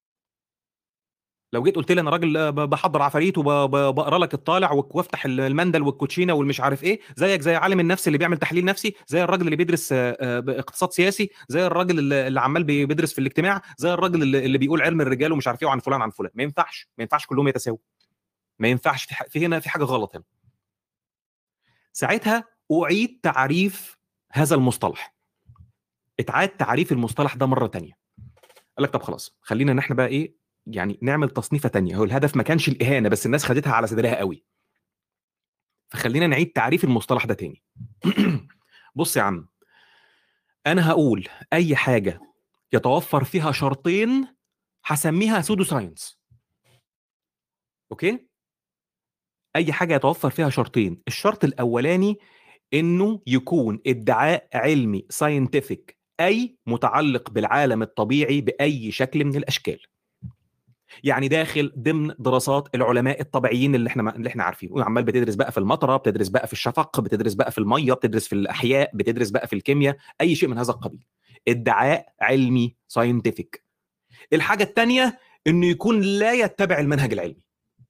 لو جيت قلت لي انا راجل بحضر عفاريت وبقرا لك الطالع وافتح المندل والكوتشينه والمش عارف ايه، زيك زي عالم النفس اللي بيعمل تحليل نفسي، زي الراجل اللي بيدرس اقتصاد سياسي، زي الراجل اللي عمال بيدرس في الاجتماع، زي الراجل اللي بيقول علم الرجال ومش عارف ايه وعن فلان عن فلان. ما ينفعش، ما ينفعش كلهم يتساووا، ما ينفعش. في, في هنا في حاجه غلط هنا. ساعتها اعيد تعريف هذا المصطلح، اتعاد تعريف المصطلح ده مره ثانيه. قال لك طب خلاص خلينا ان احنا بقى ايه، يعني نعمل تصنيفه تانية. هو الهدف ما كانش الاهانه، بس الناس خدتها على صدرها قوي، فخلينا نعيد تعريف المصطلح ده تاني. بص يا عم، انا هقول اي حاجه يتوفر فيها شرطين هسميها سودو ساينس. اوكي، اي حاجه يتوفر فيها شرطين، الشرط الاولاني انه يكون ادعاء علمي ساينتفك، اي متعلق بالعالم الطبيعي باي شكل من الاشكال، يعني داخل ضمن دراسات العلماء الطبيعيين اللي احنا اللي احنا عارفينه. عمال بتدرس بقى في المطره، بتدرس بقى في الشفق، بتدرس بقى في الميه، بتدرس في الاحياء، بتدرس بقى في الكيمياء، اي شيء من هذا القبيل، ادعاء علمي ساينتفك. الحاجه الثانيه انه يكون لا يتبع المنهج العلمي.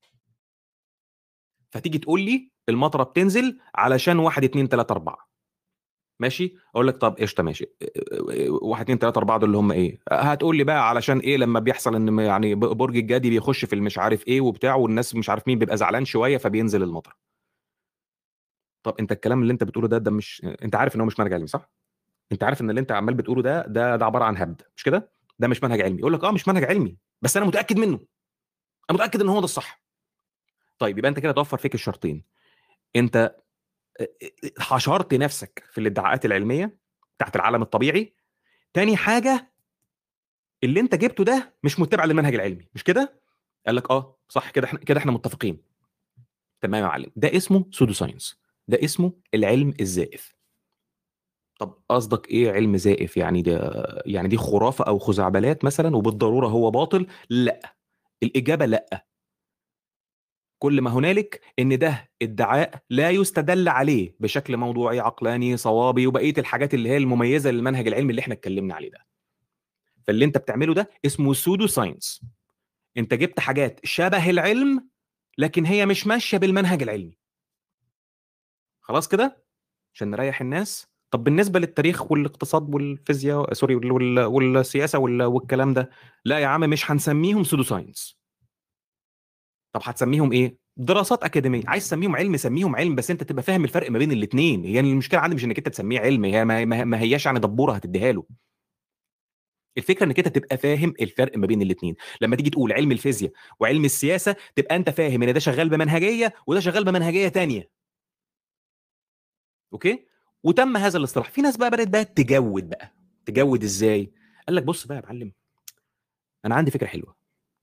فتيجي تقول لي المطره بتنزل علشان واحد اتنين تلاته اربعه، ماشي، اقول لك طب قشطه ماشي، واحد اتنين تلاته اربعه دول اللي هم ايه؟ هتقول لي بقى علشان ايه لما بيحصل ان يعني برج الجدي بيخش في المش عارف ايه وبتاع، والناس مش عارف مين بيبقى زعلان شويه فبينزل المطر. طب انت الكلام اللي انت بتقوله ده ده مش، انت عارف ان هو مش منهج علمي صح؟ انت عارف ان اللي انت عمال بتقوله ده ده ده عباره عن هبد، مش كده؟ ده مش منهج علمي. يقول لك اه مش منهج علمي، بس انا متاكد منه، انا متاكد ان هو ده الصح. طيب يبقى انت كده توفر فيك الشرطين، انت حشرت نفسك في الادعاءات العلميه بتاعت العالم الطبيعي. تاني حاجه، اللي انت جبته ده مش متبع للمنهج العلمي، مش كده؟ قال لك اه صح كده، احنا كده احنا متفقين. تمام يا معلم، ده اسمه سودو ساينس، ده اسمه العلم الزائف. طب قصدك ايه علم زائف؟ يعني ده يعني دي خرافه او خزعبلات مثلا وبالضروره هو باطل؟ لا، الاجابه لا. كل ما هنالك ان ده ادعاء لا يستدل عليه بشكل موضوعي عقلاني صوابي وبقيه الحاجات اللي هي المميزه للمنهج العلمي اللي احنا اتكلمنا عليه ده. فاللي انت بتعمله ده اسمه سودو ساينس. انت جبت حاجات شبه العلم لكن هي مش ماشيه بالمنهج العلمي. خلاص كده عشان نريح الناس. طب بالنسبه للتاريخ والاقتصاد والفيزياء سوري وال... وال... والسياسه وال... والكلام ده، لا يا عم مش هنسميهم سودو ساينس. طب هتسميهم ايه؟ دراسات اكاديميه. عايز تسميهم علم سميهم علم، بس انت تبقى فاهم الفرق ما بين الاثنين. هي يعني المشكله عندي مش انك انت تسميه علم، هي ما, ما... ما هياش يعني دبوره هتديها له. الفكره انك انت تبقى فاهم الفرق ما بين الاثنين. لما تيجي تقول علم الفيزياء وعلم السياسه تبقى انت فاهم ان ده شغال بمنهجيه وده شغال بمنهجيه تانية. اوكي، وتم هذا الاصطلاح. في ناس بقى بدات بقى تجود بقى. تجود ازاي؟ قال لك بص بقى يا معلم، انا عندي فكره حلوه.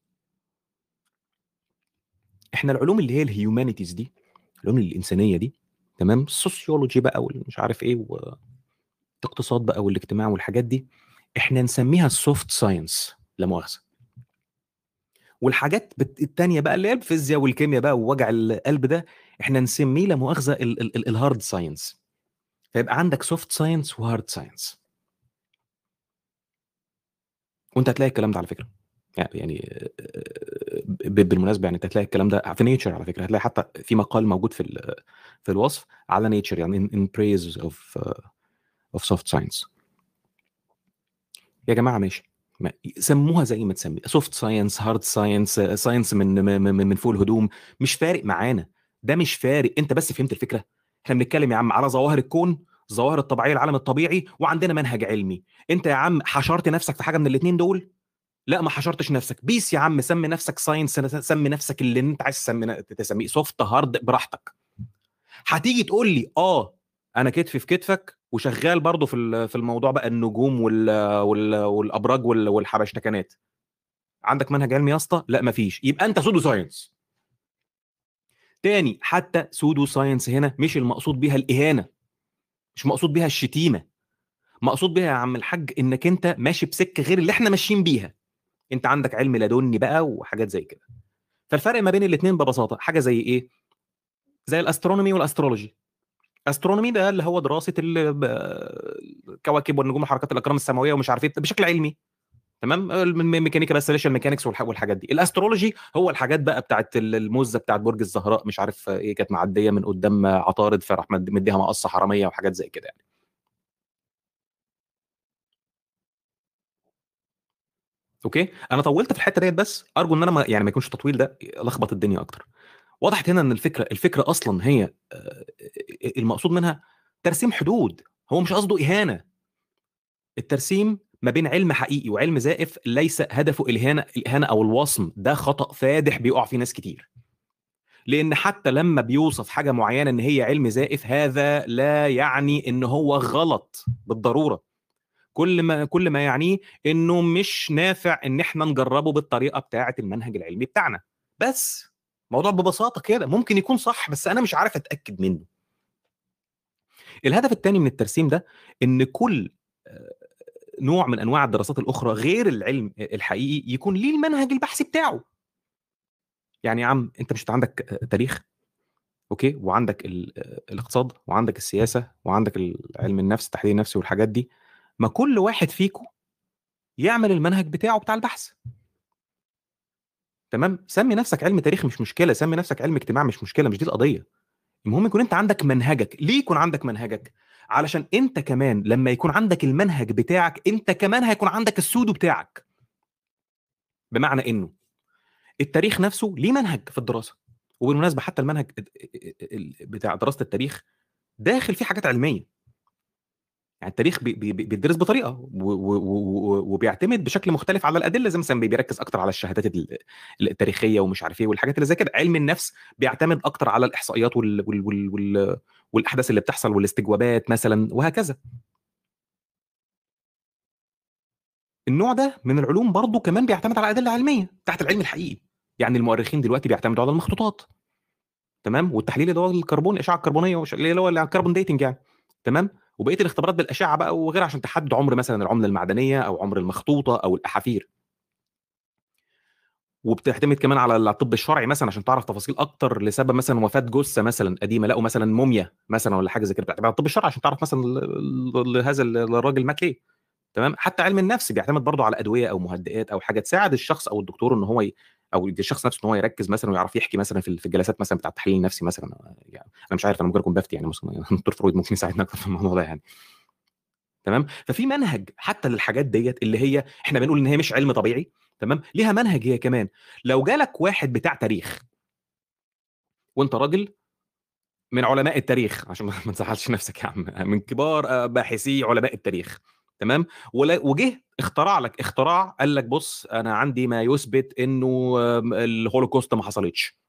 احنا العلوم اللي هي الهيومانيتيز دي، العلوم الانسانيه دي، تمام، السوسيولوجي بقى والمش عارف ايه والاقتصاد بقى والاجتماع والحاجات دي، احنا نسميها السوفت ساينس لا مؤاخذه. والحاجات بت... التانية بقى اللي هي الفيزياء والكيمياء بقى ووجع القلب ده احنا نسميه لا مؤاخذه ال... ال... ال... الهارد ساينس. فيبقى عندك سوفت ساينس وهارد ساينس. وانت هتلاقي الكلام ده على فكره، يعني ب- بالمناسبه يعني انت هتلاقي الكلام ده في نيتشر على فكره، هتلاقي حتى في مقال موجود في ال- في الوصف على نيتشر يعني in, in praise of uh, of soft science. يا جماعه ماشي، ما سموها زي ما تسمي، سوفت ساينس، هارد ساينس، ساينس من من من من فوق الهدوم، مش فارق معانا. ده مش فارق، انت بس فهمت الفكره. احنا بنتكلم يا عم على ظواهر الكون، الظواهر الطبيعيه، العالم الطبيعي، وعندنا منهج علمي. انت يا عم حشرت نفسك في حاجه من الاثنين دول؟ لا ما حشرتش نفسك. بيس يا عم، سمي نفسك ساينس، سمي نفسك اللي انت عايز تسمي تسميه، سوفت هارد براحتك. هتيجي تقول لي اه انا كتفي في كتفك وشغال برضو في ال- في الموضوع بقى النجوم وال وال والابراج وال- والحبشتكنات. عندك منهج علمي يا اسطى؟ لا مفيش، يبقى انت سودو ساينس. تاني، حتى سودو ساينس هنا مش المقصود بيها الاهانه، مش مقصود بيها الشتيمه، مقصود بيها يا عم الحاج انك انت ماشي بسكه غير اللي احنا ماشيين بيها. انت عندك علم لدني بقى وحاجات زي كده. فالفرق ما بين الاثنين ببساطه حاجه زي ايه؟ زي الاسترونومي والاسترولوجي. استرونومي ده اللي هو دراسه ال- ب- الكواكب والنجوم وحركات الاجرام السماويه ومش عارف ايه بشكل علمي. تمام، الميكانيكا بس ليش الميكانكس والحاجات دي. الاسترولوجي هو الحاجات بقى بتاعت الموزه بتاعت برج الزهراء، مش عارف ايه، كانت معديه من قدام عطارد فراح مد- مديها مقصه حراميه وحاجات زي كده يعني. اوكي، انا طولت في الحته ديت بس ارجو ان انا ما يعني ما يكونش التطويل ده لخبط الدنيا اكتر. وضحت هنا ان الفكره الفكره اصلا هي آه، المقصود منها ترسيم حدود. هو مش قصده اهانه. الترسيم ما بين علم حقيقي وعلم زائف ليس هدفه الاهانه، الاهانه او الوصم، ده خطا فادح بيقع فيه ناس كتير. لان حتى لما بيوصف حاجه معينه ان هي علم زائف، هذا لا يعني ان هو غلط بالضروره. كل ما كل ما يعنيه انه مش نافع ان احنا نجربه بالطريقه بتاعه المنهج العلمي بتاعنا. بس موضوع ببساطه كده ممكن يكون صح بس انا مش عارف اتاكد منه. الهدف الثاني من الترسيم ده ان كل آه، نوع من انواع الدراسات الاخرى غير العلم الحقيقي يكون ليه المنهج البحثي بتاعه. يعني يا عم انت مش عندك آه، تاريخ، اوكي، وعندك ال- آه، الاقتصاد وعندك السياسه وعندك علم النفس، التحليل النفسي والحاجات دي. ما كل واحد فيكم يعمل المنهج بتاعه بتاع البحث. تمام، سمي نفسك علم تاريخ مش مشكله، سمي نفسك علم اجتماع مش مشكله، مش دي القضيه. المهم يكون انت عندك منهجك. ليه يكون عندك منهجك؟ علشان انت كمان لما يكون عندك المنهج بتاعك انت كمان هيكون عندك السودو بتاعك. بمعنى انه التاريخ نفسه ليه منهج في الدراسه. وبالمناسبه حتى المنهج بتاع دراسه التاريخ داخل فيه حاجات علميه. يعني التاريخ بي- بي- بيدرس بطريقه و- و- و- وبيعتمد بشكل مختلف على الادله، زي مثلا بيركز اكتر على الشهادات ال- التاريخيه ومش عارف ايه والحاجات اللي زي كده. علم النفس بيعتمد اكتر على الاحصائيات وال وال وال وال والاحداث اللي بتحصل والاستجوابات مثلا وهكذا. النوع ده من العلوم برضه كمان بيعتمد على ادله علميه تحت العلم الحقيقي. يعني المؤرخين دلوقتي بيعتمدوا على المخطوطات، تمام، والتحليل اللي هو الكربون، الاشعه الكربونيه وش- اللي هو الكربون ديتنج يعني. تمام، وبقيه الاختبارات بالاشعه بقى وغيرها عشان تحدد عمر مثلا العمله المعدنيه او عمر المخطوطه او الاحافير. وبتعتمد كمان على الطب الشرعي مثلا عشان تعرف تفاصيل اكتر لسبب مثلا وفاه جثه مثلا قديمه لقوا مثلا موميا مثلا ولا حاجه زي كده، بتعتمد على الطب الشرعي عشان تعرف مثلا ال- ال- هذا الراجل مات ليه. تمام، حتى علم النفس بيعتمد برضه على ادويه او مهدئات او حاجه تساعد الشخص او الدكتور ان هو ي... او الشخص نفسه ان هو يركز مثلا ويعرف يحكي مثلا في في الجلسات مثلا بتاع التحليل النفسي مثلا يعني. انا مش عارف، انا ممكن اكون بفتي يعني مثلا الدكتور فرويد ممكن يساعدنا اكتر في الموضوع ده يعني. تمام، ففي منهج حتى للحاجات ديت اللي هي احنا بنقول ان هي مش علم طبيعي. تمام، ليها منهج هي كمان. لو جالك واحد بتاع تاريخ وانت راجل من علماء التاريخ، عشان ما ما تزعلش نفسك يا عم، من كبار آه، باحثي علماء التاريخ، تمام، ولا- وجه اخترع لك اختراع قال لك بص انا عندي ما يثبت انه آم، الهولوكوست ما حصلتش.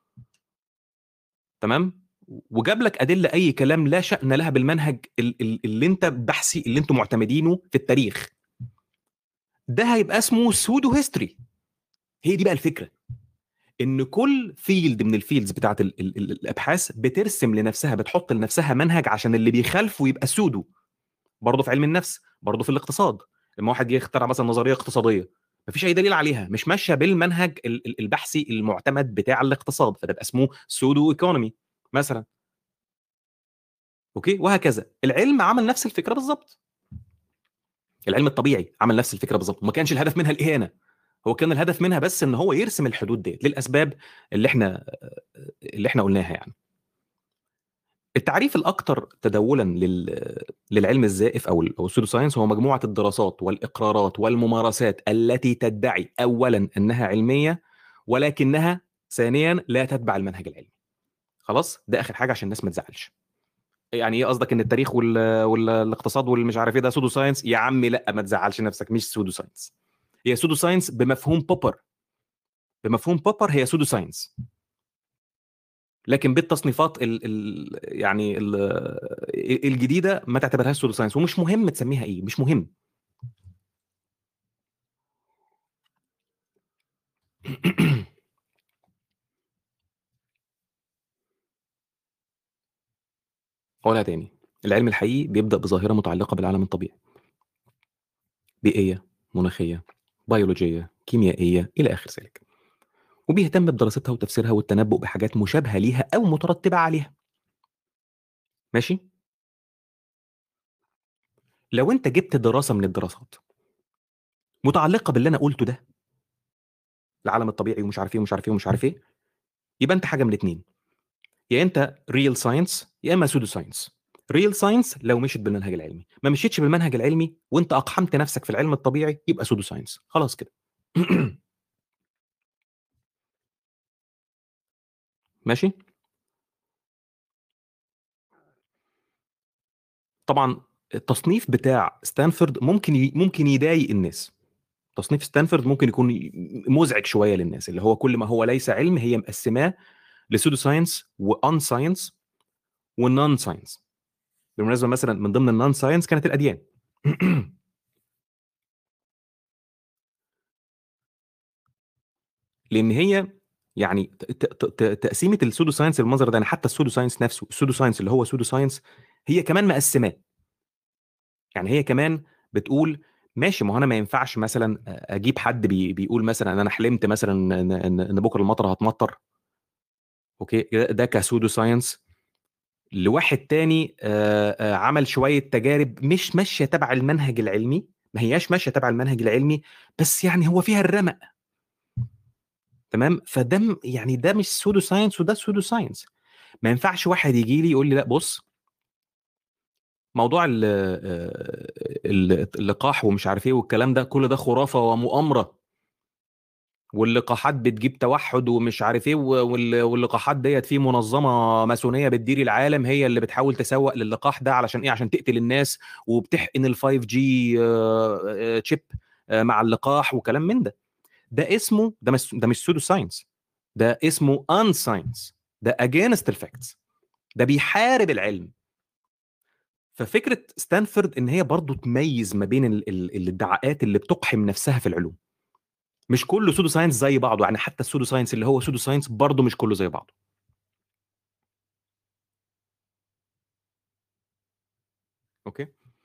تمام، وجاب لك ادله اي كلام لا شأن لها بالمنهج ال- ال- اللي انت بحثي اللي انتم معتمدينه في التاريخ. ده هيبقى اسمه سودو هيستوري. هي دي بقى الفكره، ان كل فيلد من الفيلدز بتاعت ال ال ال الابحاث بترسم لنفسها، بتحط لنفسها منهج عشان اللي بيخالفه يبقى سودو. برضه في علم النفس، برضه في الاقتصاد، لما واحد جه يخترع مثلا نظريه اقتصاديه، مفيش اي دليل عليها، مش ماشيه بالمنهج ال- ال- البحثي المعتمد بتاع الاقتصاد، فتبقى اسمه سودو ايكونومي مثلا. اوكي، وهكذا. العلم عمل نفس الفكره بالظبط، العلم الطبيعي عمل نفس الفكره بالظبط، وما كانش الهدف منها الاهانه، هو كان الهدف منها بس ان هو يرسم الحدود ديت للاسباب اللي احنا اللي احنا قلناها يعني. التعريف الاكثر تداولا لل... للعلم الزائف او ال- او السودو ساينس هو مجموعه الدراسات والاقرارات والممارسات التي تدعي اولا انها علميه، ولكنها ثانيا لا تتبع المنهج العلمي. خلاص، ده اخر حاجه عشان الناس ما تزعلش. يعني ايه قصدك ان التاريخ وال... والاقتصاد والمش عارف ايه ده سودو ساينس؟ يا عمي لا، ما تزعلش نفسك، مش سودو ساينس. هي سودو ساينس بمفهوم بوبر، بمفهوم بوبر هي سودو ساينس، لكن بالتصنيفات ال ال يعني ال الجديده ما تعتبرهاش سودو ساينس، ومش مهم تسميها ايه، مش مهم. اقولها تاني، العلم الحقيقي بيبدا بظاهره متعلقه بالعالم الطبيعي، بيئيه، مناخيه، بيولوجيه، كيميائيه الى اخر ذلك، وبيهتم بدراستها وتفسيرها والتنبؤ بحاجات مشابهه ليها او مترتبه عليها. ماشي. لو انت جبت دراسه من الدراسات متعلقه باللي انا قلته ده، العالم الطبيعي ومش عارف ايه ومش عارف ايه ومش عارف ايه، يبقى انت حاجه من الاثنين، يا انت ريل ساينس يا اما سودو ساينس. ريل ساينس لو مشيت بالمنهج العلمي، ما مشيتش بالمنهج العلمي وانت اقحمت نفسك في العلم الطبيعي، يبقى سودو ساينس، خلاص كده. ماشي. طبعا التصنيف بتاع ستانفورد ممكن ي... ممكن يضايق الناس، تصنيف ستانفورد ممكن يكون ي- مزعج شويه للناس، اللي هو كل ما هو ليس علم هي مقسماه لسودو ساينس وان ساينس والنون ساينس. بالمناسبه مثلا من ضمن النون ساينس كانت الاديان. لان هي يعني ت- ت- ت- تقسيمه السودو ساينس بالمنظر ده، يعني حتى السودو ساينس نفسه، السودو ساينس اللي هو سودو ساينس، هي كمان مقسماه. يعني هي كمان بتقول ماشي، ما هو انا ما ينفعش مثلا اجيب حد بي بيقول مثلا انا حلمت مثلا ان ان إن بكره المطر هتمطر، اوكي، ده كسودو ساينس، لواحد تاني آه، آه، عمل شويه تجارب مش ماشيه تبع المنهج العلمي، ما هياش ماشيه تبع المنهج العلمي، بس يعني هو فيها الرمق. تمام، فده م- يعني ده مش سودو ساينس وده سودو ساينس. ما ينفعش واحد يجي لي يقول لي لا بص، موضوع ال- ال- اللقاح ومش عارف ايه والكلام ده كل ده خرافه ومؤامره، واللقاحات بتجيب توحد ومش عارف ايه، وال- واللقاحات ديت في منظمه ماسونيه بتدير العالم هي اللي بتحاول تسوق للقاح ده علشان ايه؟ عشان تقتل الناس، وبتحقن ال فايف جي تشيب مع اللقاح وكلام من ده. ده اسمه، ده مش ده مش سودو ساينس، ده اسمه ان ساينس، ده اجينست الفاكتس، ده بيحارب العلم. ففكره ستانفورد ان هي برضو تميز ما بين ال- ال- الادعاءات اللي بتقحم نفسها في العلوم. مش كله سودو ساينس زي بعضه، يعني حتى السودو ساينس اللي هو سودو ساينس برضو مش كله زي بعضه. اوكي.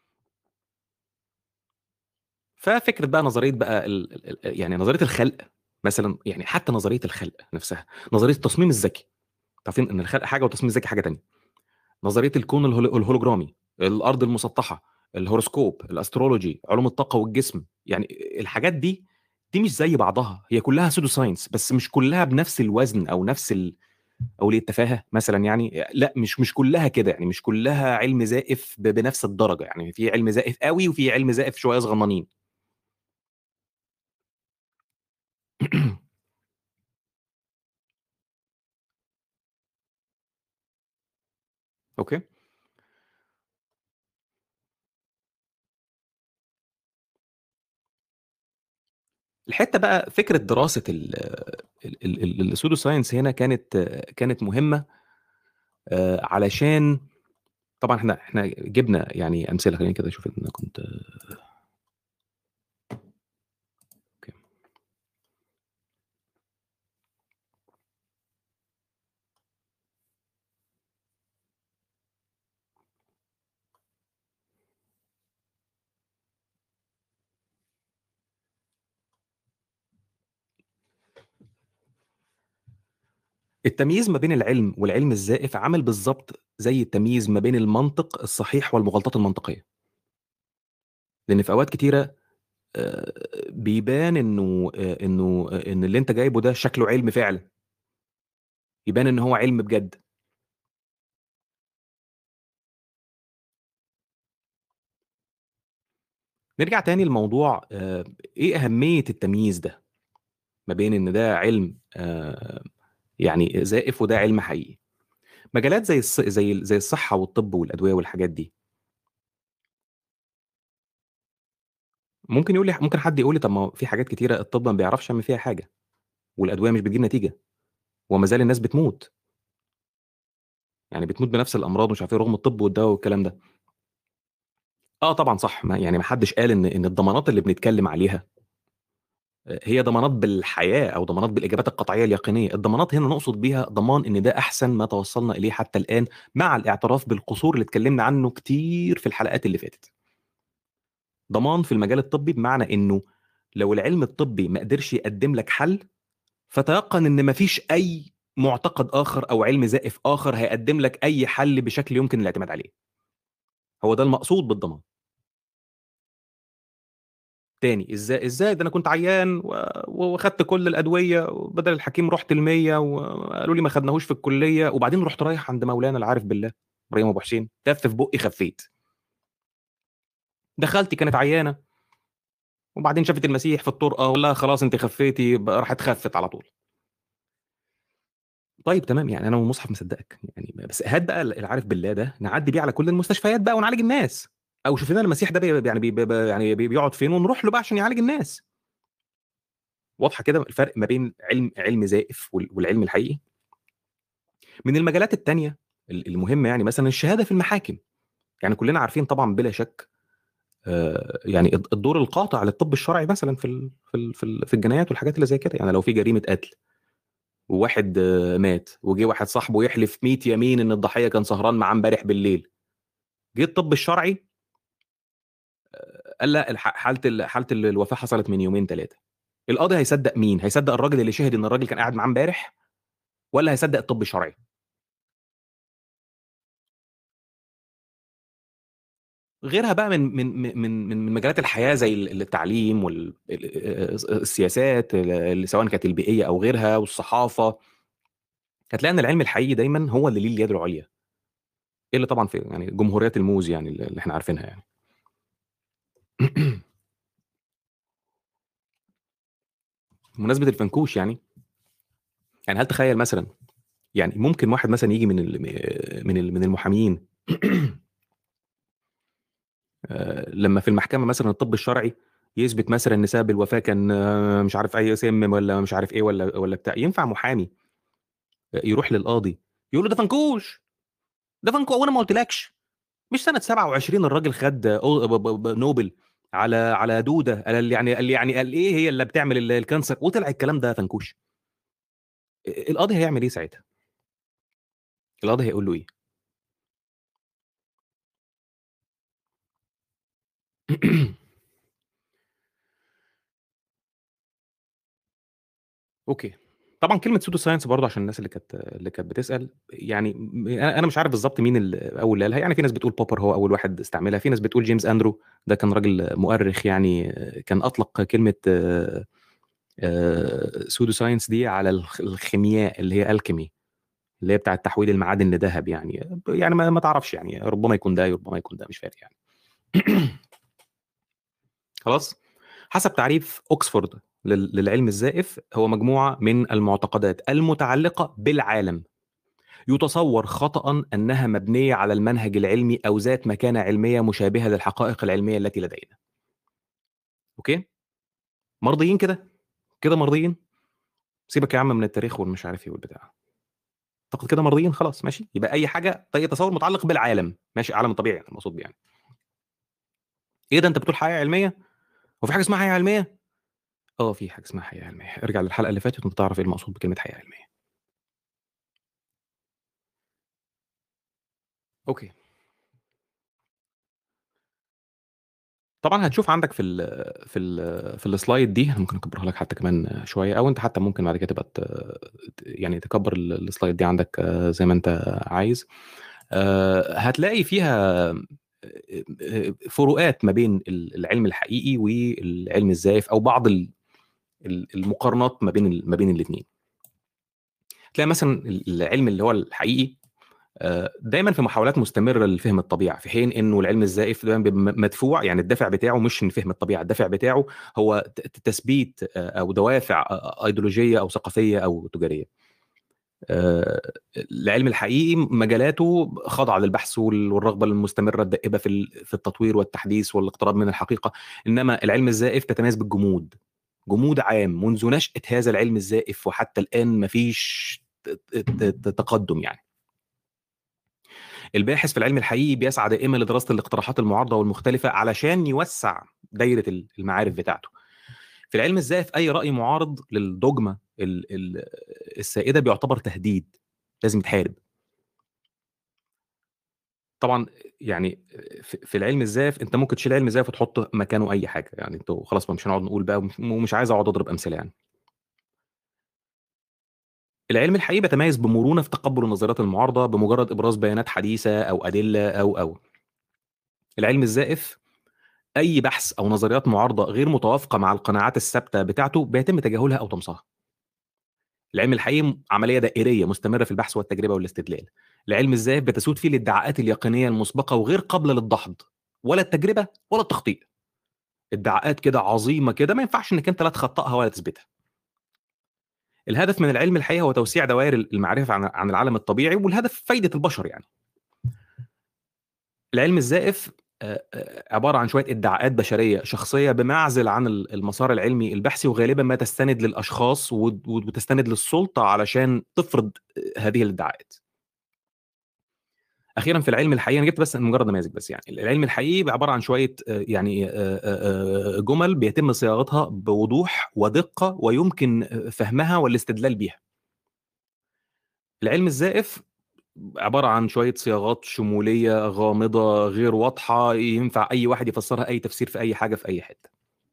ففكره بقى نظريه بقى ال... ال- يعني نظريه الخلق مثلا، يعني حتى نظريه الخلق نفسها، نظريه التصميم الذكي، عارفين ان الخلق حاجه والتصميم الذكي حاجه تانية. نظريه الكون الهول- الهولوجرامي، الارض المسطحه، الهوروسكوب، الاسترولوجي، علوم الطاقه والجسم، يعني الحاجات دي دي مش زي بعضها، هي كلها سودو ساينس بس مش كلها بنفس الوزن او نفس ال... او ليه التفاهه مثلا، يعني لا مش مش كلها كده، يعني مش كلها علم زائف ب... بنفس الدرجه، يعني في علم زائف قوي وفي علم زائف شويه صغننين. اوكي. الحته بقى فكره دراسه ال... ال... ال... ال- السودو ساينس هنا كانت كانت مهمه، آه، علشان طبعا احنا احنا جبنا يعني امثله، خلينا كده اشوف ان انا كنت اوكي. التمييز ما بين العلم والعلم الزائف عامل بالضبط زي التمييز ما بين المنطق الصحيح والمغالطات المنطقية. لإن في أوقات كتيرة آآ بيبان إنه آآ إنه آآ إن اللي أنت جايبه ده شكله علم فعلًا. يبان إن هو علم بجد. نرجع تاني لموضوع آآ إيه أهمية التمييز ده، ما بين إن ده علم آآ يعني زائف وده علم حقيقي. مجالات زي الص زي ال زي الصحة والطب والأدوية والحاجات دي. ممكن يقول لي ممكن حد يقول لي طب ما هو في حاجات كتيرة الطب ما بيعرفش يعمل فيها حاجة، والأدوية مش بتجيب نتيجة، وما زال الناس بتموت. يعني بتموت بنفس الأمراض ومش عارف إيه رغم الطب والدوا والكلام ده. آه طبعًا صح، ما يعني ما حدش قال إن إن الضمانات اللي بنتكلم عليها آآ هي ضمانات بالحياة أو ضمانات بالإجابات القطعية اليقينية. الضمانات هنا نقصد بيها ضمان إن ده أحسن ما توصلنا إليه حتى الآن، مع الاعتراف بالقصور اللي اتكلمنا عنه كتير في الحلقات اللي فاتت. ضمان في المجال الطبي بمعنى إنه لو العلم الطبي ما قدرش يقدم لك حل، فتيقن إن ما فيش أي معتقد آخر أو علم زائف آخر هيقدم لك أي حل بشكل يمكن الاعتماد عليه. هو ده المقصود بالضمان. تاني إزاي إزاي ده أنا كنت عيان و وخدت كل الأدوية وبدل الحكيم رُحت المِيّة وقالوا لي ما خدناهوش في الكلية، وبعدين رُحت رايح عند مولانا العارف بالله إبراهيم أبو حسين، تَف في بُقّي خفيت. ده خالتي كانت عيانة وبعدين شافت المسيح في الطرقة وقال لها خلاص أنتِ خفيتِ ب راحت خفِّت على طول. طيب تمام، يعني أنا والمصحف مصدّقك، يعني بس هات بقى ال العارف بالله ده نعدّي بيه على كل المستشفيات بقى ونعالج الناس، أو شوف لنا المسيح ده بي يعني بي ب يعني بي بيقعد فين ونروح له بقى عشان يعالج الناس. واضحة كده الفرق ما بين علم علم زائف وال والعلم الحقيقي؟ من المجالات التانية ال المهمة يعني مثلًا الشهادة في المحاكم. يعني كلنا عارفين طبعًا بلا شك آآ يعني الد الدور القاطع للطب الشرعي مثلًا في ال في ال في ال في الجنايات والحاجات اللي زي كده. يعني لو في جريمة قتل وواحد مات، وجه واحد صاحبه يحلف مية يمين إن الضحية كان سهران معاه امبارح بالليل، جه الطب الشرعي قال لأ الح حالة ال حالة ال الوفاة حصلت من يومين تلاتة. القاضي هيصدّق مين؟ هيصدّق الراجل اللي شهد إن الراجل كان قاعد معاه امبارح، والّا هيصدّق الطب الشرعي؟ غيرها بقى من من م من من من مجالات الحياة زي ال التعليم وال ال آآ الس السياسات ال اللي سواء كانت البيئية أو غيرها والصحافة. هتلاقي إن العلم الحقيقي دايمًا هو اللي ليه اليد العُليا. إلا طبعًا في يعني جمهوريات الموز يعني ال اللي إحنا عارفينها يعني. بمناسبة الفنكوش يعني، يعني هل تخيّل مثلًا يعني ممكن واحد مثلًا ييجي من ال م من ال من المحامين آآ لمّا في المحكمة مثلًا الطب الشرعي يثبت مثلًا إن سبب الوفاة كان آه، مش عارف أي سِم والّا مش عارف إيه والّا والّا بتاع، ينفع محامي يروح للقاضي يقول له ده فنكوش، ده فنكو هو أنا ما قُلتلكش؟ مش سنة سبعة وعشرين الراجل خد أو ب ب ب نوبل على على دودة قال يعني قال يعني قال إيه هي اللي بتعمل ال الكانسر وطلع الكلام ده فنكوش. آآ القاضي هيعمل إيه ساعتها؟ القاضي هيقول له إيه؟ أوكي. طبعًا كلمة pseudo science برضه عشان الناس اللي كانت اللي كانت بتسأل، يعني م أنا أنا مش عارف بالضبط مين ال أول اللي قالها. يعني في ناس بتقول بوبر هو أول واحد استعملها، في ناس بتقول جيمس أندرو ده كان راجل مؤرخ يعني كان أطلق كلمة آآ pseudo science دي على الخ الخيمياء اللي هي alchemy اللي هي بتاعة تحويل المعادن لدهب يعني. يعني ما ما تعرفش يعني ربما يكون ده، ربما يكون ده مش فارق يعني. خلاص؟ حسب تعريف أوكسفورد لل للعلم الزائف هو مجموعة من المعتقدات المتعلقة بالعالم، يتصور خطأ أنها مبنية على المنهج العلمي أو ذات مكانة علمية مشابهة للحقائق العلمية التي لدينا. أوكي؟ مرضيين كده؟ كده مرضيين؟ سيبك يا عم من التاريخ والمش عارف إيه والبتاع. أعتقد كده مرضيين خلاص ماشي؟ يبقى أي حاجة أي تصور متعلق بالعالم، ماشي العالم الطبيعي يعني المقصود بيه يعني. إيه ده أنت بتقول حقيقة علمية؟ هو في حاجة اسمها حقيقة علمية؟ آه في حاجة اسمها حقيقة علمية. ارجع للحلقة اللي فاتت وأنت تعرف إيه المقصود بكلمة حقيقة علمية. أوكي. طبعًا هتشوف عندك في ال في ال في الslide دي، أنا ممكن أكبّرها لك حتى كمان شوية، أو أنت حتى ممكن بعد كده تبقى ت ت يعني تكبّر ال الslide دي عندك زي ما أنت عايز. آآ هتلاقي فيها آآ فروقات ما بين ال العلم الحقيقي والعلم الزائف، أو بعض ال ال المقارنات ما بين ال ما بين الاتنين. تلاقي مثلًا ال العلم اللي هو الحقيقي آآ دايمًا في محاولات مستمرة لفهم الطبيعة، في حين إنه العلم الزائف دايمًا بيبقى م مدفوع، يعني الدافع بتاعه مش إن فهم الطبيعة، الدافع بتاعه هو ت ت تثبيت آآ أو دوافع أ أيديولوجية أو ثقافية أو تجارية. آآ العلم الحقيقي مجالاته خاضعة للبحث وال والرغبة المستمرة الدائبة في ال في التطوير والتحديث والاقتراب من الحقيقة، إنما العلم الزائف تتميز بالجمود، جمود عام منذ نشأة هذا العلم الزائف وحتى الآن ما فيش ت ت ت تقدم يعني. الباحث في العلم الحقيقي بيسعى دائمًا لدراسة الاقتراحات المعارضة والمختلفة علشان يوسّع دايرة ال المعارف بتاعته. في العلم الزائف أي رأي معارض للدogma ال ال السائدة بيعتبر تهديد، لازم يتحارب. طبعًا يعني في في العلم الزائف أنت ممكن تشيل علم زائف وتحط مكانه أي حاجة، يعني أنتم خلاص بقى مش هنقعد نقول بقى ومش ومش عايز أقعد أضرب أمثلة يعني. العلم الحقيقي بيتميز بمرونة في تقبُّل النظريات المعارضة بمجرد إبراز بيانات حديثة أو أدلة أو، أو. العلم الزائف أي بحث أو نظريات معارضة غير متوافقة مع القناعات الثابتة بتاعته بيتم تجاهلها أو طمسها. العلم الحقيقي م عملية دائرية مستمرة في البحث والتجربة والاستدلال. العلم الزائف بتسود فيه الادعاءات اليقينية المسبقة وغير قابلة للدحض، ولا التجربة ولا التخطيط. ادعاءات كده عظيمة كده ما ينفعش إنك أنت لا تخطئها ولا تثبتها. الهدف من العلم الحقيقي هو توسيع دوائر ال المعرفة عن عن العالم الطبيعي، والهدف فايدة البشر يعني. العلم الزائف آآ آآ عبارة عن شوية ادعاءات بشرية شخصية بمعزل عن ال المسار العلمي البحثي، وغالبًا ما تستند للأشخاص ود ود وتستند للسُلطة علشان تفرض آآ هذه الادعاءات. أخيرًا في العلم الحقيقي أنا جِبت بس مجرد نماذج بس يعني، العلم الحقيقي عبارة عن شوية آآ يعني آآ آآ جُمل بيتم صياغتها بوضوح ودقة ويمكن آآ فهمها والاستدلال بيها. العلم الزائف عبارة عن شوية صياغات شمولية غامضة غير واضحة، ينفع أي واحد يفسّرها أي تفسير في أي حاجة في أي حتة.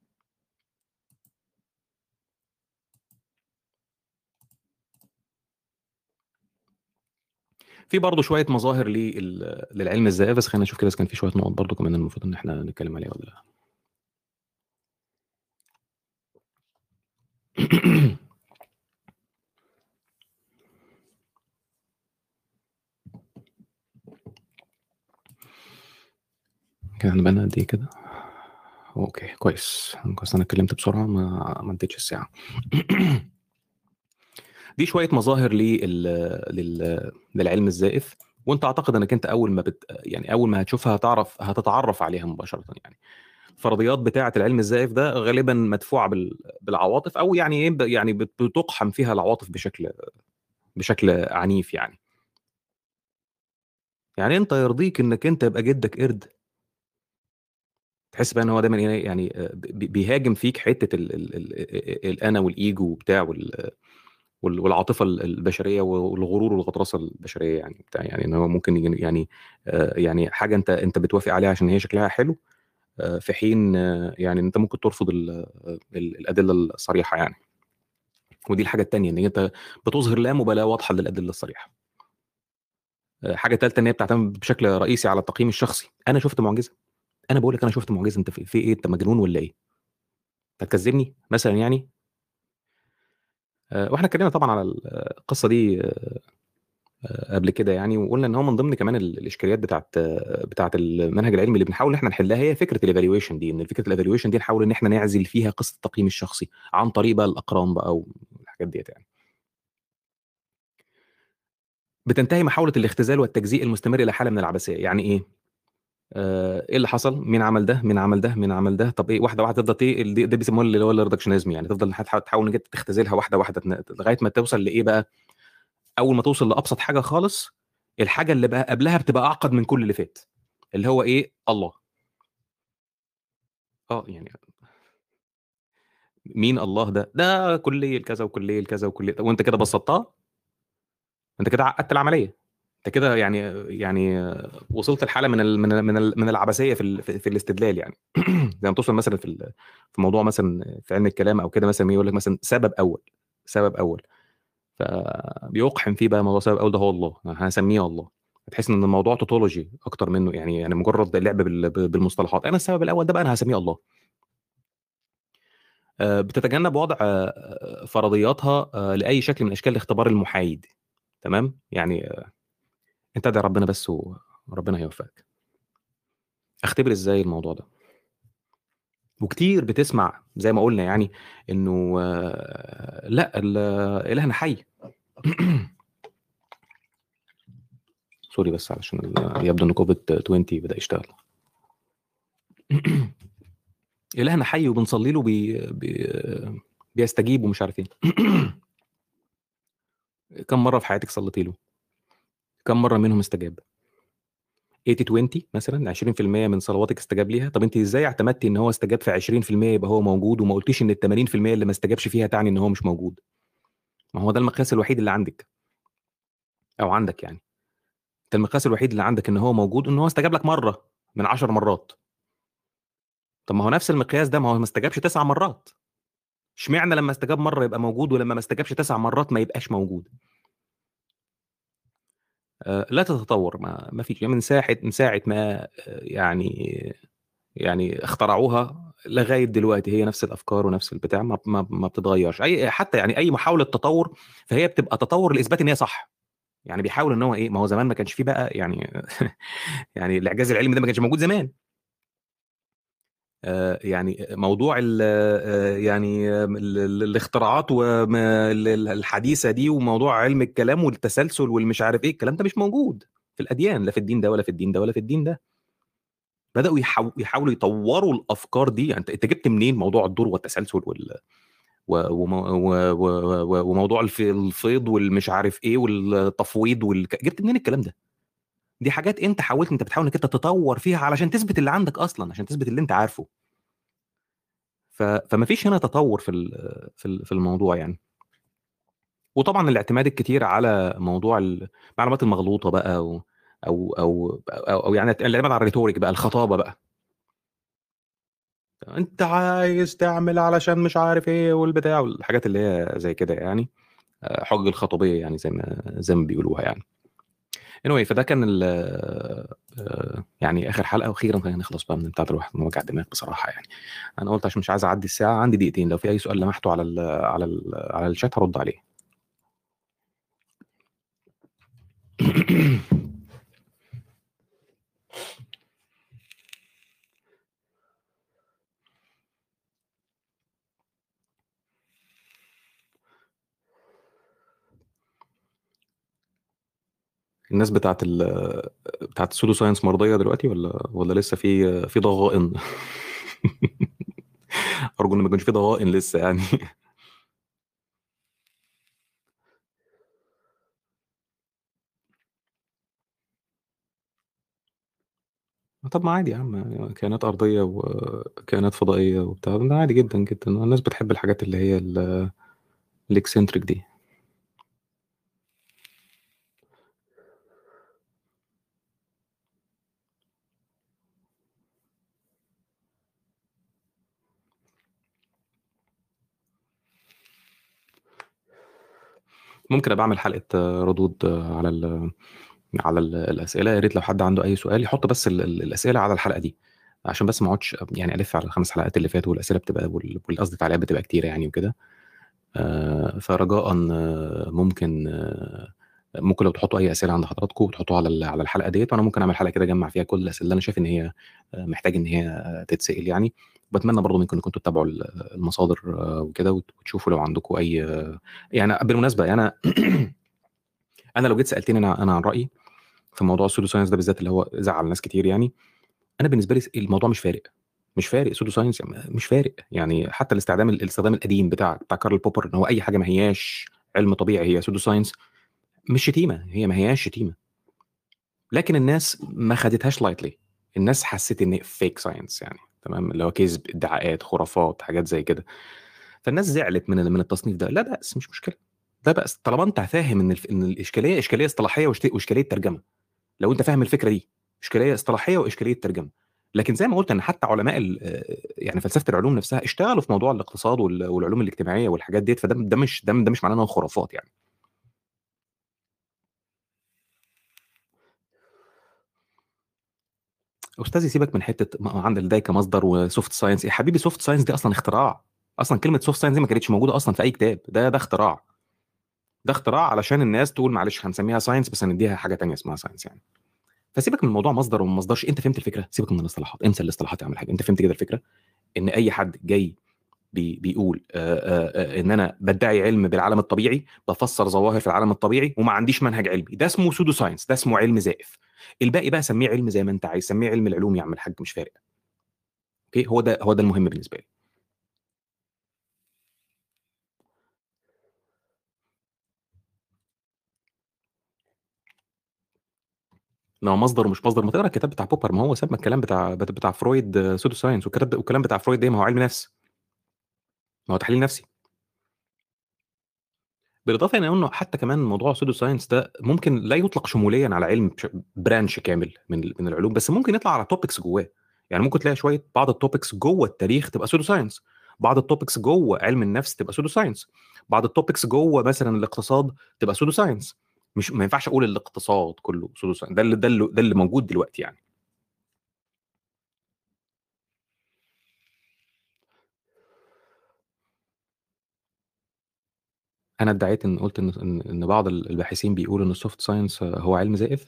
في برضه شوية مظاهر لل للعلم الزائف، بس خلّينا نشوف كده إذا كان في شوية نقط برضه كمان المفروض إن إحنا نتكلم عليها والّا لأ. كده إحنا بقى لنا قد إيه كده؟ أوكي كويس، كويس أنا اتكلمت بسرعة ما ما عدّيتش الساعة. دي شوية مظاهر لل لل للعلم الزائف، وأنت أعتقد إنك أنت أول ما بت يعني أول ما هتشوفها هتعرف هتتعرّف عليها مباشرةً يعني. الفرضيات بتاعة العلم الزائف ده غالبًا مدفوعة بال بالعواطف، أو يعني إيه ب يعني بت بتُقحم فيها العواطف بشكل بشكل عنيف يعني. يعني أنت يرضيك إنك أنت يبقى جدك قرد؟ تحس بقى إن هو دايمًا إيه يعني آآ ب ب بيهاجم فيك حتة ال ال ال الأنا والego وبتاع وال وال والعاطفة ال البشرية والغرور والغطرسة البشرية يعني بتاع يعني إن هو ممكن يج يعني آآ يعني حاجة أنت أنت بتوافق عليها عشان هي شكلها حلو، آآ في حين آه، يعني أنت ممكن ترفض ال ال الأدلة الصريحة يعني. ودي الحاجة التانية إن أنت بتظهر لا مبالاة واضحة للأدلة الصريحة. آآ حاجة تالتة إن هي بتعتمد بشكل رئيسي على التقييم الشخصي. أنا شُفت معجزة، أنا باقول لك أنا شُفت معجزة، أنت في في إيه، أنت مجنون والّا إيه؟ أنت هتكذبني مثلًا يعني؟ آآ وإحنا اتكلمنا طبعًا على ال القصة دي آآ قبل كده يعني، وقُلنا إن هو من ضمن كمان ال الإشكاليات بتاعة بتاعة المنهج العلمي اللي بنحاول إن إحنا نحلها هي فكرة الevaluation دي، إن فكرة الevaluation دي نحاول إن إحنا نعزل فيها قصة التقييم الشخصي، عن طريق بقى الأقران بقى والحاجات ديّة يعني. بتنتهي محاولة الاختزال والتجزيء المستمر إلى حالة من العبثية، يعني إيه؟ آآ إيه اللي حصل؟ مين عمل ده، مين عمل ده، مين عمل ده، طب إيه واحدة، واحدة تفضل ت ال ده بيسموه اللي هو الreductionism يعني تفضل ح تحاول إنك أنت تختزلها واحدة، واحدة تن لغاية ما توصل لإيه بقى، أول ما توصل لأبسط حاجة خالص، الحاجة اللي بقى قبلها بتبقى أعقد من كل اللي فات، اللي هو إيه، الله. آه، يعني مين الله ده؟ ده كُلّية كذا، وكُلّية كذا، وكُلّية وأنت كده بسّطتها، أنت كده عقّدت العملية، انت كده يعني يعني وصلت لحاله من ال من ال من ال من العبثيه في ال في في الاستدلال يعني. زي ما توصل مثلا في ال في موضوع مثلا في علم الكلام او كده، مثلا يقول لك مثلا سبب اول، سبب اول فبيقحم فيه بقى موضوع سبب اول ده هو الله، هنسميه الله. هتحس ان الموضوع توتولوجي اكتر منه يعني يعني مجرد لعب بال- بالمصطلحات. انا السبب الاول ده بقى انا هسميه الله. آه، بتتجنب وضع آه، فرضياتها آه، لاي شكل من اشكال الاختبار المحايد. تمام يعني آه، انت ادعي ربنا بس وربنا هيوفقك. اختبر ازاي الموضوع ده؟ وكتير بتسمع زي ما قلنا يعني انه آه، لا ال- الهنا حي. سوري بس علشان ال- يبدو ان كوفيد عشرين بدأ يشتغل. الهنا حي وبنصلي له بي... بي... بيستجيب ومش عارف ايه. كم مره في حياتك صليتي له؟ كم مره منهم استجاب؟ ثمانين عشرين مثلا عشرين في المية من صلواتك استجاب ليها. طب انت ازاي اعتمدتي ان هو استجاب في عشرين في المية يبقى هو موجود، وما قلتيش ان ال ثمانين في المية اللي ما استجابش فيها تعني ان هو مش موجود؟ ما هو ده المقياس الوحيد اللي عندك او عندك يعني. انت المقياس الوحيد اللي عندك ان هو موجود ان هو استجاب لك مره من عشر مرات. طب ما هو نفس المقياس ده، ما هو ما استجابش تسع مرات. اشمعنى لما استجاب مره يبقى موجود ولما ما استجابش تسع مرات ما يبقاش موجود؟ آه، لا تتطور، ما ما فيش يعني من ساعه من ساعه ما آه، يعني يعني اخترعوها لغايه دلوقتي هي نفس الافكار ونفس البتاع، ما ما, ما بتتغيرش اي حتى يعني اي محاوله تطور. فهي بتبقى تطور لاثبات ان هي صح. يعني بيحاول ان هو ايه، ما هو زمان ما كانش فيه بقى يعني يعني الاعجاز العلمي ده ما كانش موجود زمان. آه، يعني موضوع ال آه، يعني آه، ال- ال- الاختراعات والحديثه دي وموضوع علم الكلام والتسلسل والمش عارف ايه الكلام ده مش موجود في الاديان، لا في الدين ده ولا في الدين ده ولا في الدين ده. بداوا يحاو- يحاولوا يطوروا الافكار دي. يعني انت أنت جبت منين موضوع الدور والتسلسل وال و- ومو- و- و- و- وموضوع الف- الفيض والمش عارف ايه والتفويض والك... جبت منين الكلام ده؟ دي حاجات انت حاولت، انت بتحاول انك انت تطور فيها علشان تثبت اللي عندك اصلا، عشان تثبت اللي انت عارفه. ف... فما فيش هنا تطور في ال... في ال- في الموضوع يعني. وطبعا الاعتماد الكتير على موضوع المعلومات المغلوطه بقى او او او او, أو يعني الاعتماد على الريتوريك بقى، الخطابه بقى. انت عايز تعمل علشان مش عارف ايه والبتاع والحاجات اللي هي زي كده يعني. آه، حج الخطوبيه يعني زي ما زي ما بيقولوها يعني. anyway فده كان ال آه، يعني اخر حلقه، واخيرا خلينا نخلص بقى من بتاعه الواحد من وجع الدماغ بصراحه يعني. انا قلت عشان مش عايز اعدي الساعه، عندي دقيقتين، لو في اي سؤال لمحته على ال على ال على الشات هرد عليه. الناس بتاعت ال بتاعت السودو ساينس مرضيه دلوقتي ولا ولا لسه في في ضغائن؟ ارجو ان ما يكونش في ضغائن لسه يعني. طب ما عادي يا عم، كائنات ارضيه وكائنات فضائيه وبتاع ده عادي جدا جدا. الناس بتحب الحاجات اللي هي ال- الاكسنتريك دي. ممكن ابقى اعمل حلقه آه، ردود آه، على ال على ال- الاسئله. يا ريت لو حد عنده اي سؤال يحط بس ال- ال- الاسئله على الحلقه دي، عشان بس ما اقعدش يعني الف على الخمس حلقات اللي فاتوا، والاسئله بتبقى وال- والقصد التعليقات بتبقى كتيره يعني وكده. آه، فرجاء آه، ممكن آه، ممكن لو تحطوا اي اسئله عند حضراتكم وتحطوها على ال- على الحلقه ديت، وانا ممكن اعمل حلقه كده اجمع فيها كل الاسئله اللي انا شايف ان هي آه، محتاج ان هي تتسال يعني. بتمنى برضو منكم انكم تتابعوا ال- المصادر آه، وكده، وت- وتشوفوا لو عندكم اي آه، يعني. بالمناسبه انا انا لو جيت سالتني انا انا عن رايي في موضوع السودو ساينس ده بالذات اللي هو زعل ناس كتير يعني. انا بالنسبه لي الموضوع مش فارق. مش فارق سودو ساينس يعني، مش فارق يعني. حتى الاستخدام الاستخدام القديم بتاع بتاع كارل بوبر ان هو اي حاجه ما هياش علم طبيعي هي سودو ساينس، مش شتيمه، هي ما هياش شتيمه. لكن الناس ما خدتهاش لايتلي. الناس حست ان فيك ساينس يعني، تمام، اللي هو كذب، ادعاءات، خرافات، حاجات زي كده. فالناس زعلت من من التصنيف ده. لا بأس، مش مشكله. ده بقى طالما انت فاهم ان الف... ان الاشكاليه اشكاليه اصطلاحيه واشت- واشكاليه ترجمه. لو انت فاهم الفكره دي، اشكاليه اصطلاحيه واشكاليه ترجمه. لكن زي ما قلت ان حتى علماء ال- آه، يعني فلسفه العلوم نفسها اشتغلوا في موضوع الاقتصاد وال- والعلوم الاجتماعيه والحاجات ديت، فده ده مش ده, ده مش معناه انه خرافات يعني. استاذ يسيبك من حته ما- عندك ده كمصدر وسوفت ساينس يا حبيبي. سوفت ساينس دي اصلا اختراع. اصلا كلمه سوفت ساينس دي ما كانتش موجوده اصلا في اي كتاب. ده ده اختراع. ده اختراع علشان الناس تقول معلش هنسميها ساينس بس هنديها حاجه تانية اسمها ساينس يعني. فسيبك من موضوع مصدر وما مصدرش. انت فهمت الفكره. سيبك من الاصطلاحات، انسى الاصطلاحات، اعمل حاجه. انت فهمت كده الفكره ان اي حد جاي بي بيقول آآ آآ ان انا بدعي علم بالعالم الطبيعي، بفسر ظواهر في العالم الطبيعي وما عنديش منهج علمي، ده اسمه سودو ساينس، ده اسمه علم زائف. الباقي بقى سميه علم زي ما انت عايز، سميه علم العلوم يا عم الحاج، مش فارق. اوكي، هو ده هو ده المهم بالنسبه لي. لو مصدر ومش مصدر، ما تقرا الكتاب بتاع بوبر. ما هو سمى الكلام بتاع بتاع فرويد سودو ساينس، والكلام ده والكلام بتاع فرويد ده ما هو علم نفس، ما هو تحليل نفسي. بالاضافه الى انه حتى كمان موضوع السودو ساينس ده ممكن لا يطلق شموليا على علم بش- برانش كامل من ال- من العلوم، بس ممكن يطلع على توبكس جواه. يعني ممكن تلاقي شويه بعض التوبكس جوه التاريخ تبقى سودو ساينس، بعض التوبكس جوه علم النفس تبقى سودو ساينس، بعض التوبكس جوه مثلا الاقتصاد تبقى سودو ساينس. مش ما ينفعش اقول الاقتصاد كله سودو ساينس. ده اللي ده اللي, ده اللي موجود دلوقتي يعني. انا ادعيت ان قلت ان ان إن بعض الباحثين بيقولوا ان السوفت ساينس هو علم زائف.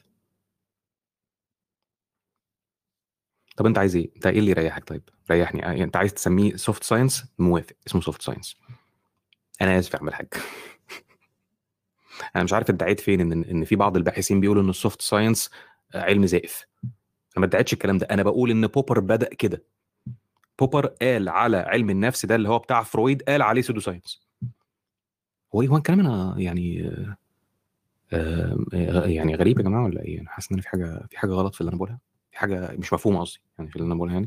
طب انت عايز ايه؟ انت ايه اللي يريحك؟ طيب ريحني يعني. انت عايز تسميه سوفت ساينس، موافق، اسمه سوفت ساينس. انا اسف يا عم الحاج. انا مش عارف ادعيت فين ان ان في بعض الباحثين بيقولوا ان السوفت ساينس علم زائف. انا ما ادعيتش الكلام ده. انا بقول ان بوبر بدأ كده. بوبر قال على علم النفس ده اللي هو بتاع فرويد، قال عليه سودو ساينس. هو ايه هو الكلام؟ انا يعني آه آه، يعني غريب يا جماعه ولا ايه؟ انا حاسس ان أنا في حاجه في حاجه غلط في اللي انا بقولها. في حاجه مش مفهومه قصدي يعني في اللي انا بقولها يعني.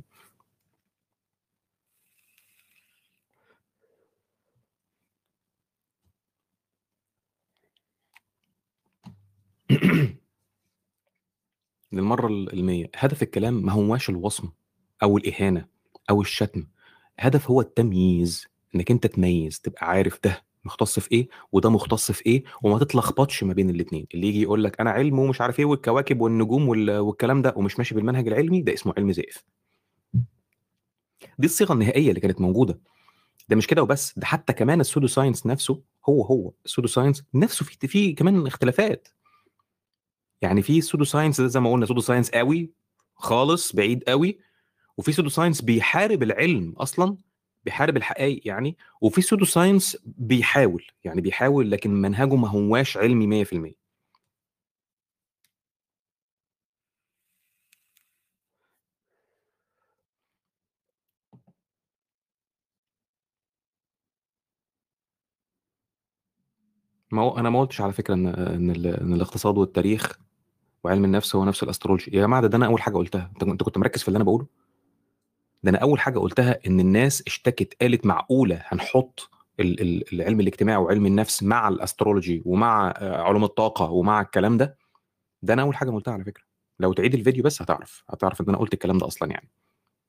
للمرة المية، هدف الكلام ما هواش الوصم أو الإهانة أو الشتم. هدف هو التمييز، إنك أنت تميز، تبقى عارف ده مختص في إيه وده مختص في إيه، وما تتلخبطش ما بين الاتنين. اللي يجي يقول لك أنا علم ومش عارف إيه والكواكب والنجوم وال- والكلام ده ومش ماشي بالمنهج العلمي، ده اسمه علم زائف. دي الصيغة النهائية اللي كانت موجودة. ده مش كده وبس، ده حتى كمان السودو ساينس نفسه هو هو السودو ساينس نفسه فيه فيه كمان اختلافات. يعني في سودو ساينس ده زي ما قلنا سودو ساينس قوي خالص بعيد قوي، وفي سودو ساينس بيحارب العلم اصلا، بيحارب الحقائق يعني. وفي سودو ساينس بيحاول يعني بيحاول لكن منهجه ما هواش علمي مية في المية. ما هو انا ما قلتش على فكره ان ان, ال- إن الاقتصاد والتاريخ وعلم النفس هو نفس الاسترولوجي يا جماعه. ده, ده انا اول حاجه قلتها. انت انت كنت مركز في اللي انا بقوله. ده انا اول حاجه قلتها ان الناس اشتكت قالت معقوله هنحط ال- ال- العلم الاجتماعي وعلم النفس مع الاسترولوجي ومع آه، علوم الطاقه ومع الكلام ده. ده انا اول حاجه قلتها على فكره. لو تعيد الفيديو بس هتعرف هتعرف ان انا قلت الكلام ده اصلا يعني.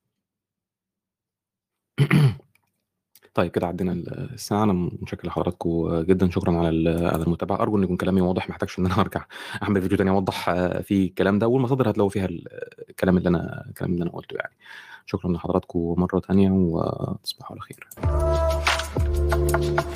طيب كده عدينا ال- الساعه. انا متشكر لحضراتكم جدا. شكرا على ال- على المتابعه. ارجو ان يكون كلامي واضح، ما احتاجش ان انا ارجع اعمل فيديو تاني اوضح آه، فيه الكلام ده، والمصادر هتلاقوا فيها ال- الكلام اللي انا الكلام اللي انا قلته يعني. شكرا لحضراتكم مره تانيه وتصبحوا على خير.